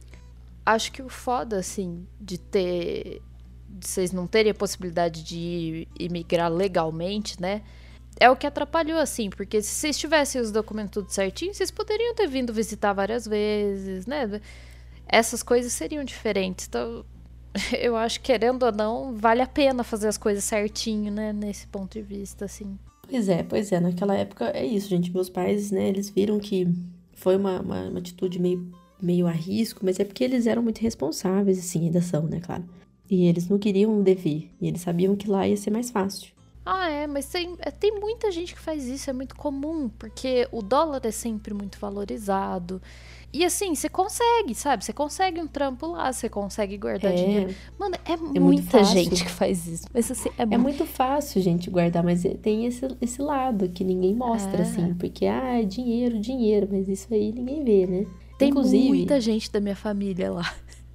acho que o foda, assim, de ter. De vocês não terem a possibilidade de imigrar legalmente, né? É o que atrapalhou, assim, porque se vocês tivessem os documentos tudo certinho, vocês poderiam ter vindo visitar várias vezes, né? Essas coisas seriam diferentes. Então, eu acho que, querendo ou não, vale a pena fazer as coisas certinho, né? Nesse ponto de vista, assim. Pois é, pois é. Naquela época é isso, gente. Meus pais, né, eles viram que foi uma, uma, uma atitude meio, meio a risco, mas é porque eles eram muito responsáveis, assim, ainda são, né, claro. E eles não queriam dever, e eles sabiam que lá ia ser mais fácil. Ah, é, mas tem, é, tem muita gente que faz isso, é muito comum, porque o dólar é sempre muito valorizado. E assim, você consegue, sabe? Você consegue um trampo lá, você consegue guardar É, dinheiro. Mano, é, é muito muita fácil. gente que faz isso. Mas assim, é, É mu- muito fácil, gente, guardar, mas é- tem esse, esse lado que ninguém mostra, É. assim, porque, ah, é dinheiro, dinheiro, mas isso aí ninguém vê, né? Tem Inclusive, muita gente da minha família lá.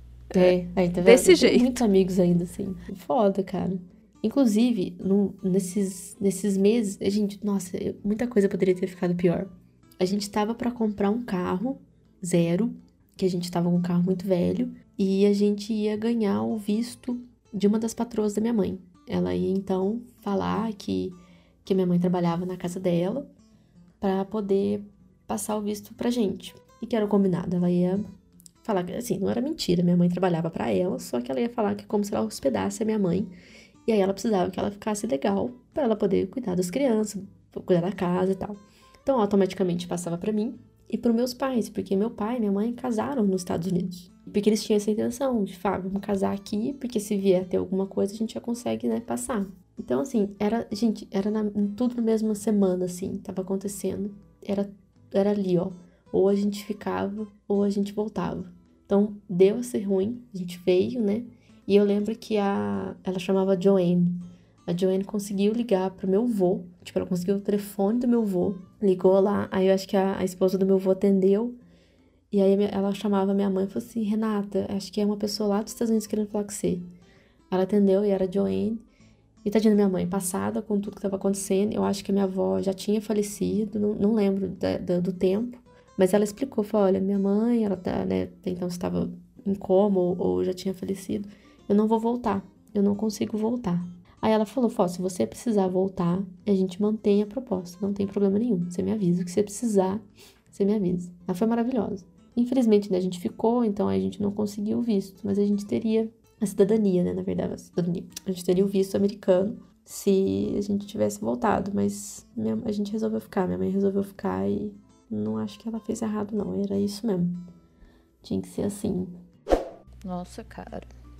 é, aí tá vendo? Desse Eu tenho jeito. muitos amigos ainda, assim, foda, cara. Inclusive, no- nesses, nesses meses, a gente, nossa, eu- muita coisa poderia ter ficado pior. A gente tava pra comprar um carro zero, que a gente tava com um carro muito velho, e a gente ia ganhar o visto de uma das patroas da minha mãe. Ela ia então falar que, que a minha mãe trabalhava na casa dela pra poder passar o visto pra gente. E que era o combinado, ela ia falar que, assim, não era mentira, minha mãe trabalhava pra ela, só que ela ia falar que como se ela hospedasse a minha mãe, e aí ela precisava que ela ficasse legal pra ela poder cuidar das crianças, cuidar da casa e tal. Então, automaticamente passava pra mim e pros meus pais, porque meu pai e minha mãe casaram nos Estados Unidos. Porque eles tinham essa intenção de falar, vamos casar aqui, porque se vier ter alguma coisa, a gente já consegue, né, passar. Então, assim, era, gente, era na, tudo na mesma semana, assim, tava acontecendo. Era, era ali, ó. Ou a gente ficava, ou a gente voltava. Então, deu a ser ruim, a gente veio, né? E eu lembro que a, ela chamava Joanne. A Joanne conseguiu ligar pro meu vô. Tipo, ela conseguiu o telefone do meu vô. Ligou lá. Aí eu acho que a, a esposa do meu vô atendeu. E aí ela chamava minha mãe e falou assim, Renata, acho que é uma pessoa lá dos Estados Unidos querendo falar com você. Ela atendeu e era a Joanne. E tadinha da minha mãe, passada com tudo que estava acontecendo. Eu acho que a minha avó já tinha falecido. Não, não lembro da, da, do tempo. Mas ela explicou, falou, olha, minha mãe, ela tá, né, então estava em coma ou, ou já tinha falecido. Eu não vou voltar, eu não consigo voltar. Aí ela falou, Fó, se você precisar voltar, a gente mantém a proposta, não tem problema nenhum. Você me avisa, o que você precisar, você me avisa. Ela foi maravilhosa. Infelizmente, né, a gente ficou, então a gente não conseguiu o visto, mas a gente teria a cidadania, né, na verdade, a cidadania. A gente teria o visto americano se a gente tivesse voltado, mas minha, a gente resolveu ficar, minha mãe resolveu ficar e não acho que ela fez errado, não, era isso mesmo. Tinha que ser assim. Nossa, cara.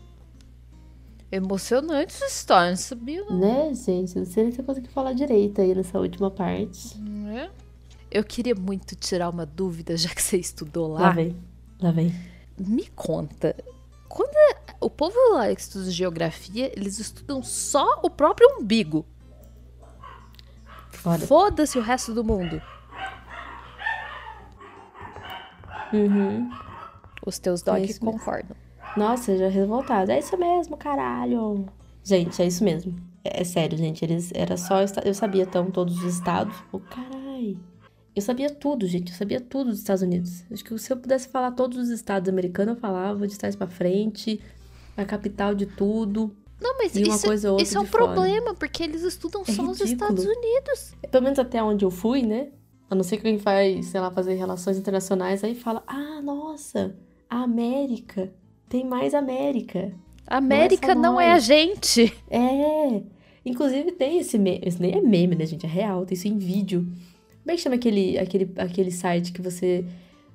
Emocionante essa história, não sabia, não. Né, gente? Não sei nem se eu consegui falar direito aí nessa última parte. É. Eu queria muito tirar uma dúvida, já que você estudou lá. Lá vem, lá vem. Me conta, quando o povo lá que estuda geografia, eles estudam só o próprio umbigo. Olha. Foda-se o resto do mundo. Uhum. Os teus É dogs isso mesmo. concordam. Nossa, já revoltada. É isso mesmo, caralho. Gente, é isso mesmo. É, é sério, gente. Eles era só. Eu sabia então todos os estados. O caralho. Eu sabia tudo, gente. Eu sabia tudo dos Estados Unidos. Acho que se eu pudesse falar todos os estados americanos, eu falava de trás pra frente, a capital de tudo, Não, mas e uma isso, coisa ou outra isso é um de fora. problema, porque eles estudam É só os Estados ridículo. Unidos. Pelo menos até onde eu fui, né? A não ser que quem faz, sei lá, fazer relações internacionais, aí fala, ah, nossa, a América. Tem mais América. A Não é só América não é a nós. gente. É. Inclusive tem esse meme. Esse nem é meme, né, gente? É real, tem isso em vídeo. Como é que chama aquele, aquele, aquele site que você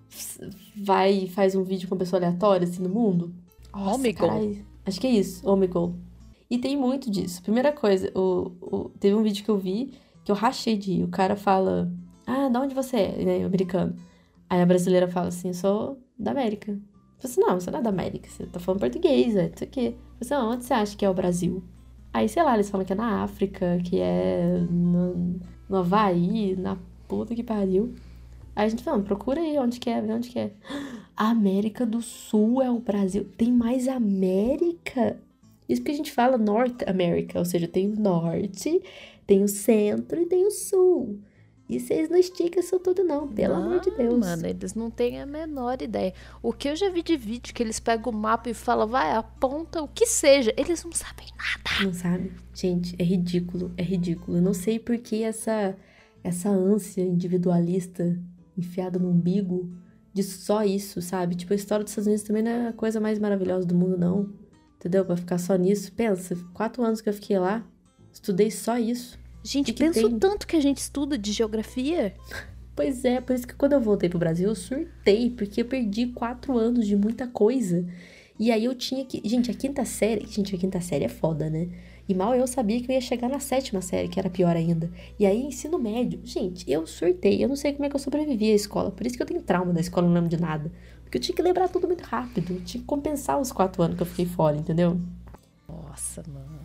vai e faz um vídeo com uma pessoa aleatória, assim, no mundo? Nossa, Omegle. caralho. Acho que é isso, Omegle. E tem muito disso. Primeira coisa, o, o- teve um vídeo que eu vi que eu rachei de ir. O cara fala, ah, de onde você é? Né, americano. Aí a brasileira fala assim, eu sou da América. Eu falei assim, não, você não é da América, você tá falando português, é, não sei o quê. Eu falei assim, não, onde você acha que é o Brasil? Aí, sei lá, eles falam que é na África, que é no, no Havaí, na puta que pariu. Aí a gente fala, procura aí onde que é, vê onde que é. A América do Sul é o Brasil. Tem mais América? Isso porque a gente fala North America, ou seja, tem o norte, tem o centro e tem o sul. E vocês não esticam isso tudo não, pelo Não, amor de Deus. mano, eles não têm a menor ideia. O que eu já vi de vídeo que eles pegam o mapa e falam, vai, aponta o que seja. Eles não sabem nada. Não sabe? Gente, é ridículo, é ridículo. Eu não sei por que essa, essa ânsia individualista enfiada no umbigo de só isso, sabe? Tipo, a história dos Estados Unidos também não é a coisa mais maravilhosa do mundo, não. Entendeu? Pra ficar só nisso. Pensa, quatro anos que eu fiquei lá, estudei só isso. Gente, E que pensa o tem? tanto que a gente estuda de geografia. Pois é, por isso que quando eu voltei pro Brasil, eu surtei, porque eu perdi quatro anos de muita coisa. E aí eu tinha que. Gente, a quinta série. Gente, a quinta série é foda, né? E mal eu sabia que eu ia chegar na sétima série, que era pior ainda. E aí, ensino médio. Gente, eu surtei. Eu não sei como é que eu sobrevivi à escola. Por isso que eu tenho trauma da escola, não lembro de nada. Porque eu tinha que lembrar tudo muito rápido. Eu tinha que compensar os quatro anos que eu fiquei fora, entendeu? Nossa, mano.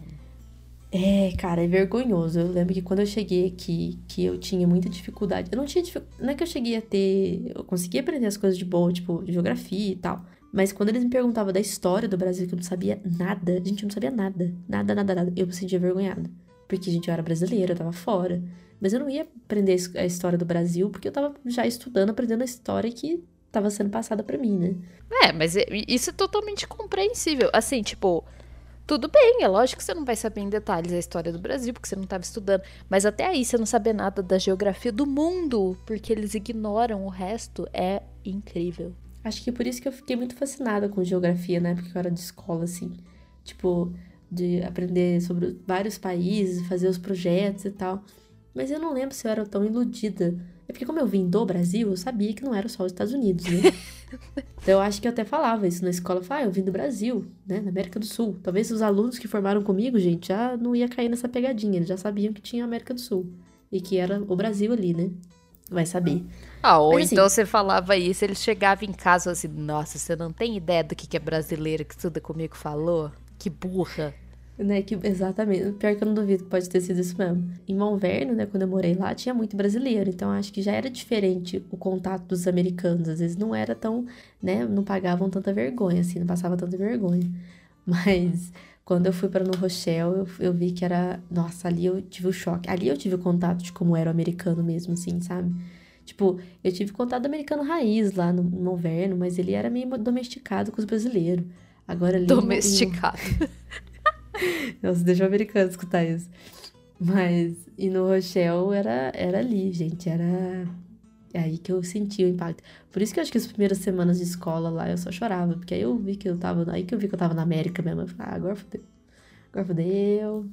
É, cara, é vergonhoso. Eu lembro que quando eu cheguei aqui, que eu tinha muita dificuldade. Eu não tinha dificuldade. Não é que eu cheguei a ter. Eu conseguia aprender as coisas de boa, tipo, geografia e tal. Mas quando eles me perguntavam da história do Brasil, que eu não sabia nada, gente, eu não sabia nada. Nada, nada, nada. Eu me sentia vergonhada. Porque, gente, eu era brasileira, eu tava fora. Mas eu não ia aprender a história do Brasil, porque eu tava já estudando, aprendendo a história que tava sendo passada pra mim, né? É, mas é- isso é totalmente compreensível. Assim, tipo, tudo bem, é lógico que você não vai saber em detalhes a história do Brasil, porque você não estava estudando. Mas até aí, você não saber nada da geografia do mundo, porque eles ignoram o resto, é incrível. Acho que por isso que eu fiquei muito fascinada com geografia, né? Porque eu era de escola, assim. Tipo, de aprender sobre vários países, fazer os projetos e tal. Mas eu não lembro se eu era tão iludida. É porque como eu vim do Brasil, eu sabia que não era só os Estados Unidos, né? Então eu acho que eu até falava isso na escola. Eu falava, ah, eu vim do Brasil, né? Na América do Sul. Talvez os alunos que formaram comigo, gente, já não ia cair nessa pegadinha. Eles já sabiam que tinha a América do Sul. E que era o Brasil ali, né? Vai saber. Ah, ou Mas, assim, então você falava isso, eles chegavam em casa assim, nossa, você não tem ideia do que, que a brasileira que estuda comigo falou? Que burra. Né, que, exatamente. Pior que eu não duvido que pode ter sido isso mesmo. Em Monverno, né, quando eu morei lá, tinha muito brasileiro. Então, acho que já era diferente o contato dos americanos. Às vezes não era tão, né, não pagavam tanta vergonha, assim, não passava tanta vergonha. Mas, quando eu fui para No Rochelle, eu, eu vi que era... Nossa, ali eu tive o choque. Ali eu tive o contato de como era o americano mesmo, assim, sabe? Tipo, eu tive contato do americano raiz lá no Monverno, mas ele era meio domesticado com os brasileiros. Agora ali... em Mo- em Mo- Domesticado. Nossa, deixa o americano escutar isso. Mas, e no Rochelle era, era ali, gente, era é aí que eu senti o impacto. Por isso que eu acho que as primeiras semanas de escola lá eu só chorava, porque aí eu vi que eu tava, aí que eu vi que eu tava na América mesmo. Eu falei, ah, agora fodeu. Agora fodeu.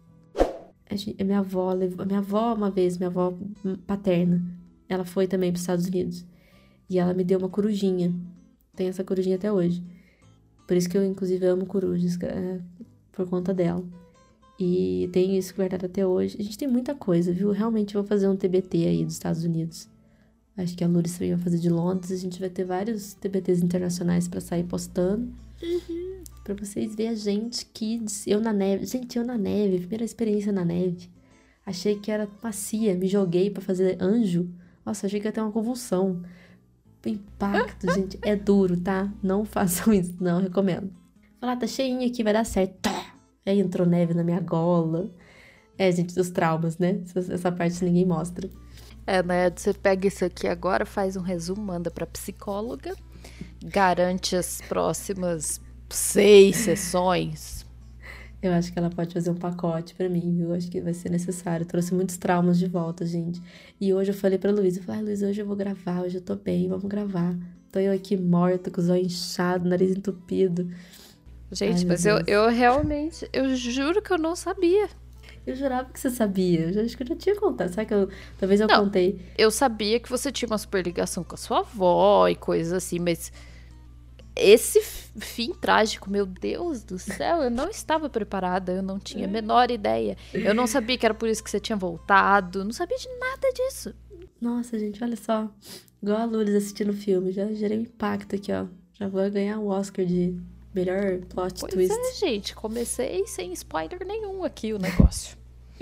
A gen- a minha avó, levou- a minha avó uma vez, minha avó paterna, ela foi também para os Estados Unidos. E ela me deu uma corujinha. Tem essa corujinha até hoje. Por isso que eu, inclusive, amo corujas, é, por conta dela. E tenho isso guardado até hoje. A gente tem muita coisa, viu? Realmente eu vou fazer um T B T aí dos Estados Unidos. Acho que a Lourdes também vai fazer de Londres. A gente vai ter vários T B Ts internacionais pra sair postando. Pra vocês verem a gente, kids. Eu na neve. Gente, eu na neve. Primeira experiência na neve. Achei que era macia. Me joguei pra fazer anjo. Nossa, achei que ia ter uma convulsão. O impacto, gente, é duro, tá? Não façam isso, não recomendo. Falar, tá cheinho aqui, vai dar certo. Tá. Aí entrou neve na minha gola. É, gente, os traumas, né? Essa, essa parte ninguém mostra. É, né? Você pega isso aqui agora, faz um resumo, manda pra psicóloga, garante as próximas seis sessões. Eu acho que ela pode fazer um pacote pra mim, viu? Acho que vai ser necessário. Trouxe muitos traumas de volta, gente. E hoje eu falei pra Luísa, eu falei, ah, Luísa, hoje eu vou gravar, hoje eu tô bem, vamos gravar. Tô eu aqui morta, com os olhos inchados, nariz entupido. Gente, Ai, mas meu eu, Deus. eu realmente, eu juro que eu não sabia. Eu jurava que você sabia. Eu já- acho que eu já tinha contado. Sabe que eu, talvez eu Não, contei. eu sabia que você tinha uma super ligação com a sua avó e coisas assim, mas esse f- fim trágico, meu Deus do céu, eu não estava preparada, eu não tinha a menor ideia. Eu não sabia que era por isso que você tinha voltado, não sabia de nada disso. Nossa, gente, olha só. Igual a Lourdes assistindo o filme. Já gerei um impacto aqui, ó. Já vou ganhar o Oscar de melhor plot Pois twist. é, gente, comecei sem spoiler nenhum aqui o negócio.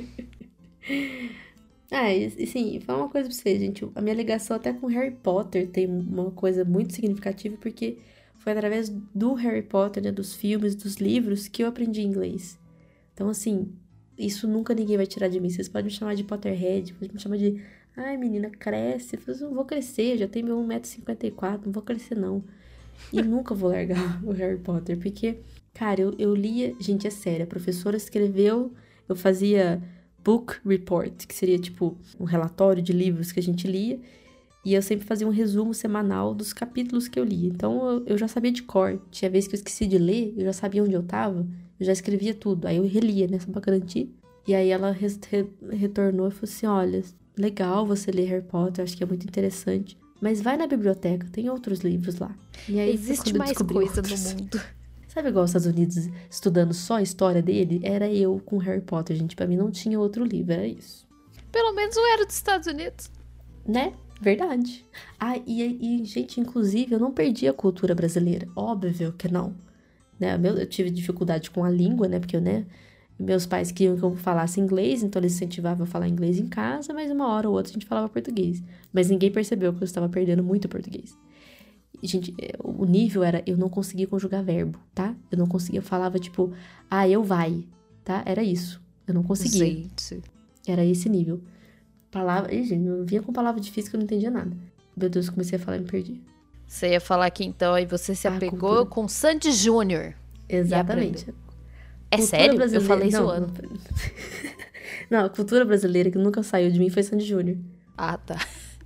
Ah, e, e sim, fala uma coisa pra você, gente. A minha ligação até com Harry Potter tem uma coisa muito significativa, porque foi através do Harry Potter, né, dos filmes, dos livros, que eu aprendi inglês. Então, assim, isso nunca ninguém vai tirar de mim. Vocês podem me chamar de Potterhead, podem me chamar de... Ai, menina, cresce. Eu falo, não vou crescer, eu já tenho meu um metro e cinquenta e quatro, não vou crescer, não. E nunca vou largar o Harry Potter, porque, cara, eu, eu lia... Gente, é sério, a professora escreveu... Eu fazia book report, que seria, tipo, um relatório de livros que a gente lia. E eu sempre fazia um resumo semanal dos capítulos que eu lia. Então, eu, eu já sabia de cor. Tinha vez que eu esqueci de ler, eu já sabia onde eu tava. Eu já escrevia tudo. Aí eu relia, né? Só pra garantir. E aí ela res- re- retornou e falou assim, olha, legal você ler Harry Potter, acho que é muito interessante. Mas vai na biblioteca, tem outros livros lá. E aí foi Existe quando eu mais descobri coisa outros. no mundo. Sabe igual os Estados Unidos estudando só a história dele? Era eu com Harry Potter, gente. Pra mim não tinha outro livro, era isso. Pelo menos eu era dos Estados Unidos. Né? Verdade. Ah, e, e, gente, inclusive, eu não perdi a cultura brasileira. Óbvio que não. Né? Meu, eu tive dificuldade com a língua, né? Porque, né? Meus pais queriam que eu falasse inglês, então eles incentivavam a falar inglês em casa, mas uma hora ou outra a gente falava português. Mas ninguém percebeu que eu estava perdendo muito português. E, gente, é, o nível era, eu não conseguia conjugar verbo, tá? Eu não conseguia, eu falava tipo, ah, eu vai, tá? Era isso. Eu não conseguia. Gente. Era esse nível. Palavra, Ih, gente, eu vinha com palavra difícil que eu não entendia nada. Meu Deus, comecei a falar e me perdi. Você ia falar aqui então, aí você se Ah, apegou cultura. com Sandy Júnior. Exatamente. É Cultura sério? Eu brasileira- falei não, zoando. Não, a cultura brasileira que nunca saiu de mim foi Sandy Júnior. Ah, tá.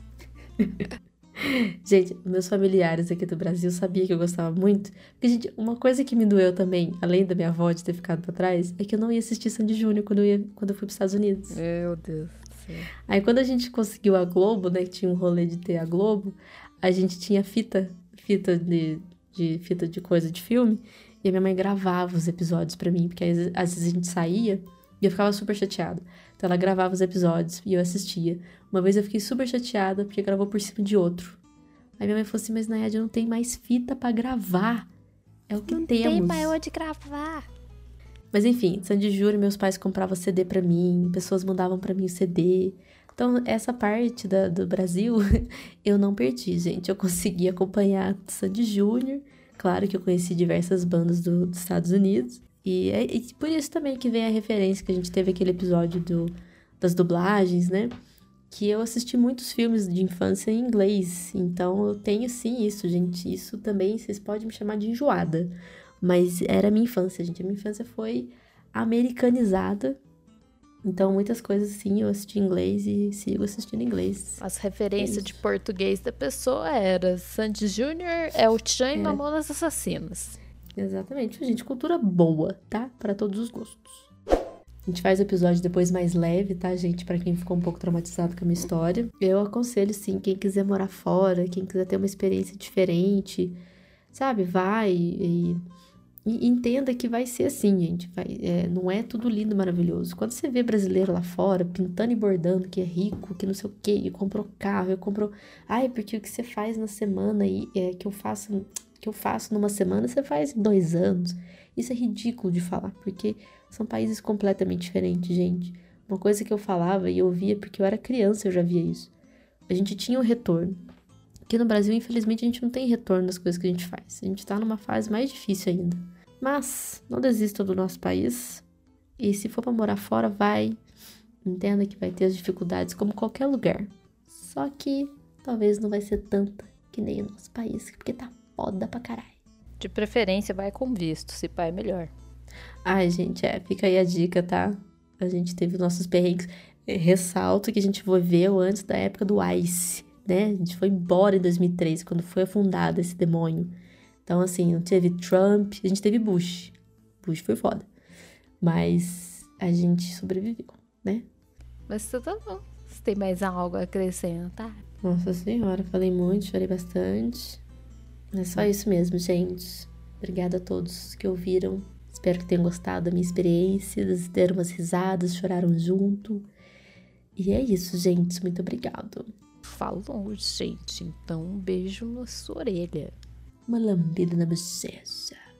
Gente, meus familiares aqui do Brasil sabiam que eu gostava muito. Porque, gente, uma coisa que me doeu também, além da minha avó de ter ficado pra trás, é que eu não ia assistir Sandy Júnior quando eu, ia, quando eu fui pros Estados Unidos. Meu Deus do céu. Aí, quando a gente conseguiu a Globo, né, que tinha um rolê de ter a Globo, a gente tinha fita, fita de, de, fita de coisa de filme, e a minha mãe gravava os episódios pra mim, porque às vezes, às vezes a gente saía e eu ficava super chateada. Então, ela gravava os episódios e eu assistia. Uma vez eu fiquei super chateada porque gravou por cima de outro. Aí minha mãe falou assim, mas Nayade, não tem mais fita pra gravar. É o que Não temos. tem maior de gravar. Mas enfim, Sandy Júnior, meus pais compravam C D pra mim, pessoas mandavam pra mim o C D. Então, essa parte da, do Brasil, eu não perdi, gente. Eu consegui acompanhar Sandy Júnior. Claro que eu conheci diversas bandas do- dos Estados Unidos. E é e por isso também que vem a referência que a gente teve aquele episódio do, das dublagens, né? Que eu assisti muitos filmes de infância em inglês. Então, eu tenho sim isso, gente. Isso também, vocês podem me chamar de enjoada. Mas era a minha infância, gente. A minha infância foi americanizada. Então, muitas coisas, sim, eu assisti em inglês e sigo assistindo em inglês. As É referências isso. de português da pessoa era Sandy Júnior, El Chan e Era. Mamonas Assassinas. Exatamente. Gente, cultura boa, tá? Para todos os gostos. A gente faz o episódio depois mais leve, tá, gente? Pra quem ficou um pouco traumatizado com a minha história. Eu aconselho, sim, quem quiser morar fora, quem quiser ter uma experiência diferente, sabe? Vai e, e entenda que vai ser assim, gente. Vai, é, não é tudo lindo, maravilhoso. Quando você vê brasileiro lá fora, pintando e bordando, que é rico, que não sei o quê, e comprou carro, e comprou... Ai, porque o que você faz na semana aí, é, que eu faço... que eu faço numa semana, você faz em dois anos. Isso é ridículo de falar, porque são países completamente diferentes, gente. Uma coisa que eu falava e eu via, porque eu era criança, eu já via isso. A gente tinha um retorno. Aqui no Brasil, infelizmente, a gente não tem retorno das coisas que a gente faz. A gente tá numa fase mais difícil ainda. Mas, não desista do nosso país. E se for pra morar fora, vai. Entenda que vai ter as dificuldades como qualquer lugar. Só que talvez não vai ser tanta que nem o nosso país, porque tá foda pra caralho. De preferência, vai com visto, se pá é melhor. Ai, gente, é, fica aí a dica, tá? A gente teve nossos perrengues. Ressalto que a gente viveu antes da época do ICE, né? A gente foi embora em dois mil e três, quando foi afundado esse demônio. Então, assim, não teve Trump, a gente teve Bush. Bush foi foda. Mas a gente sobreviveu, né? Mas tá bom. Você tem mais algo a acrescentar? Nossa senhora, falei muito, chorei bastante. É só isso mesmo, gente. Obrigada a todos que ouviram. Espero que tenham gostado da minha experiência, deram umas risadas, choraram junto. E é isso, gente. Muito obrigado. Falou, gente. Então, um beijo na sua orelha. Uma lambida na bochecha.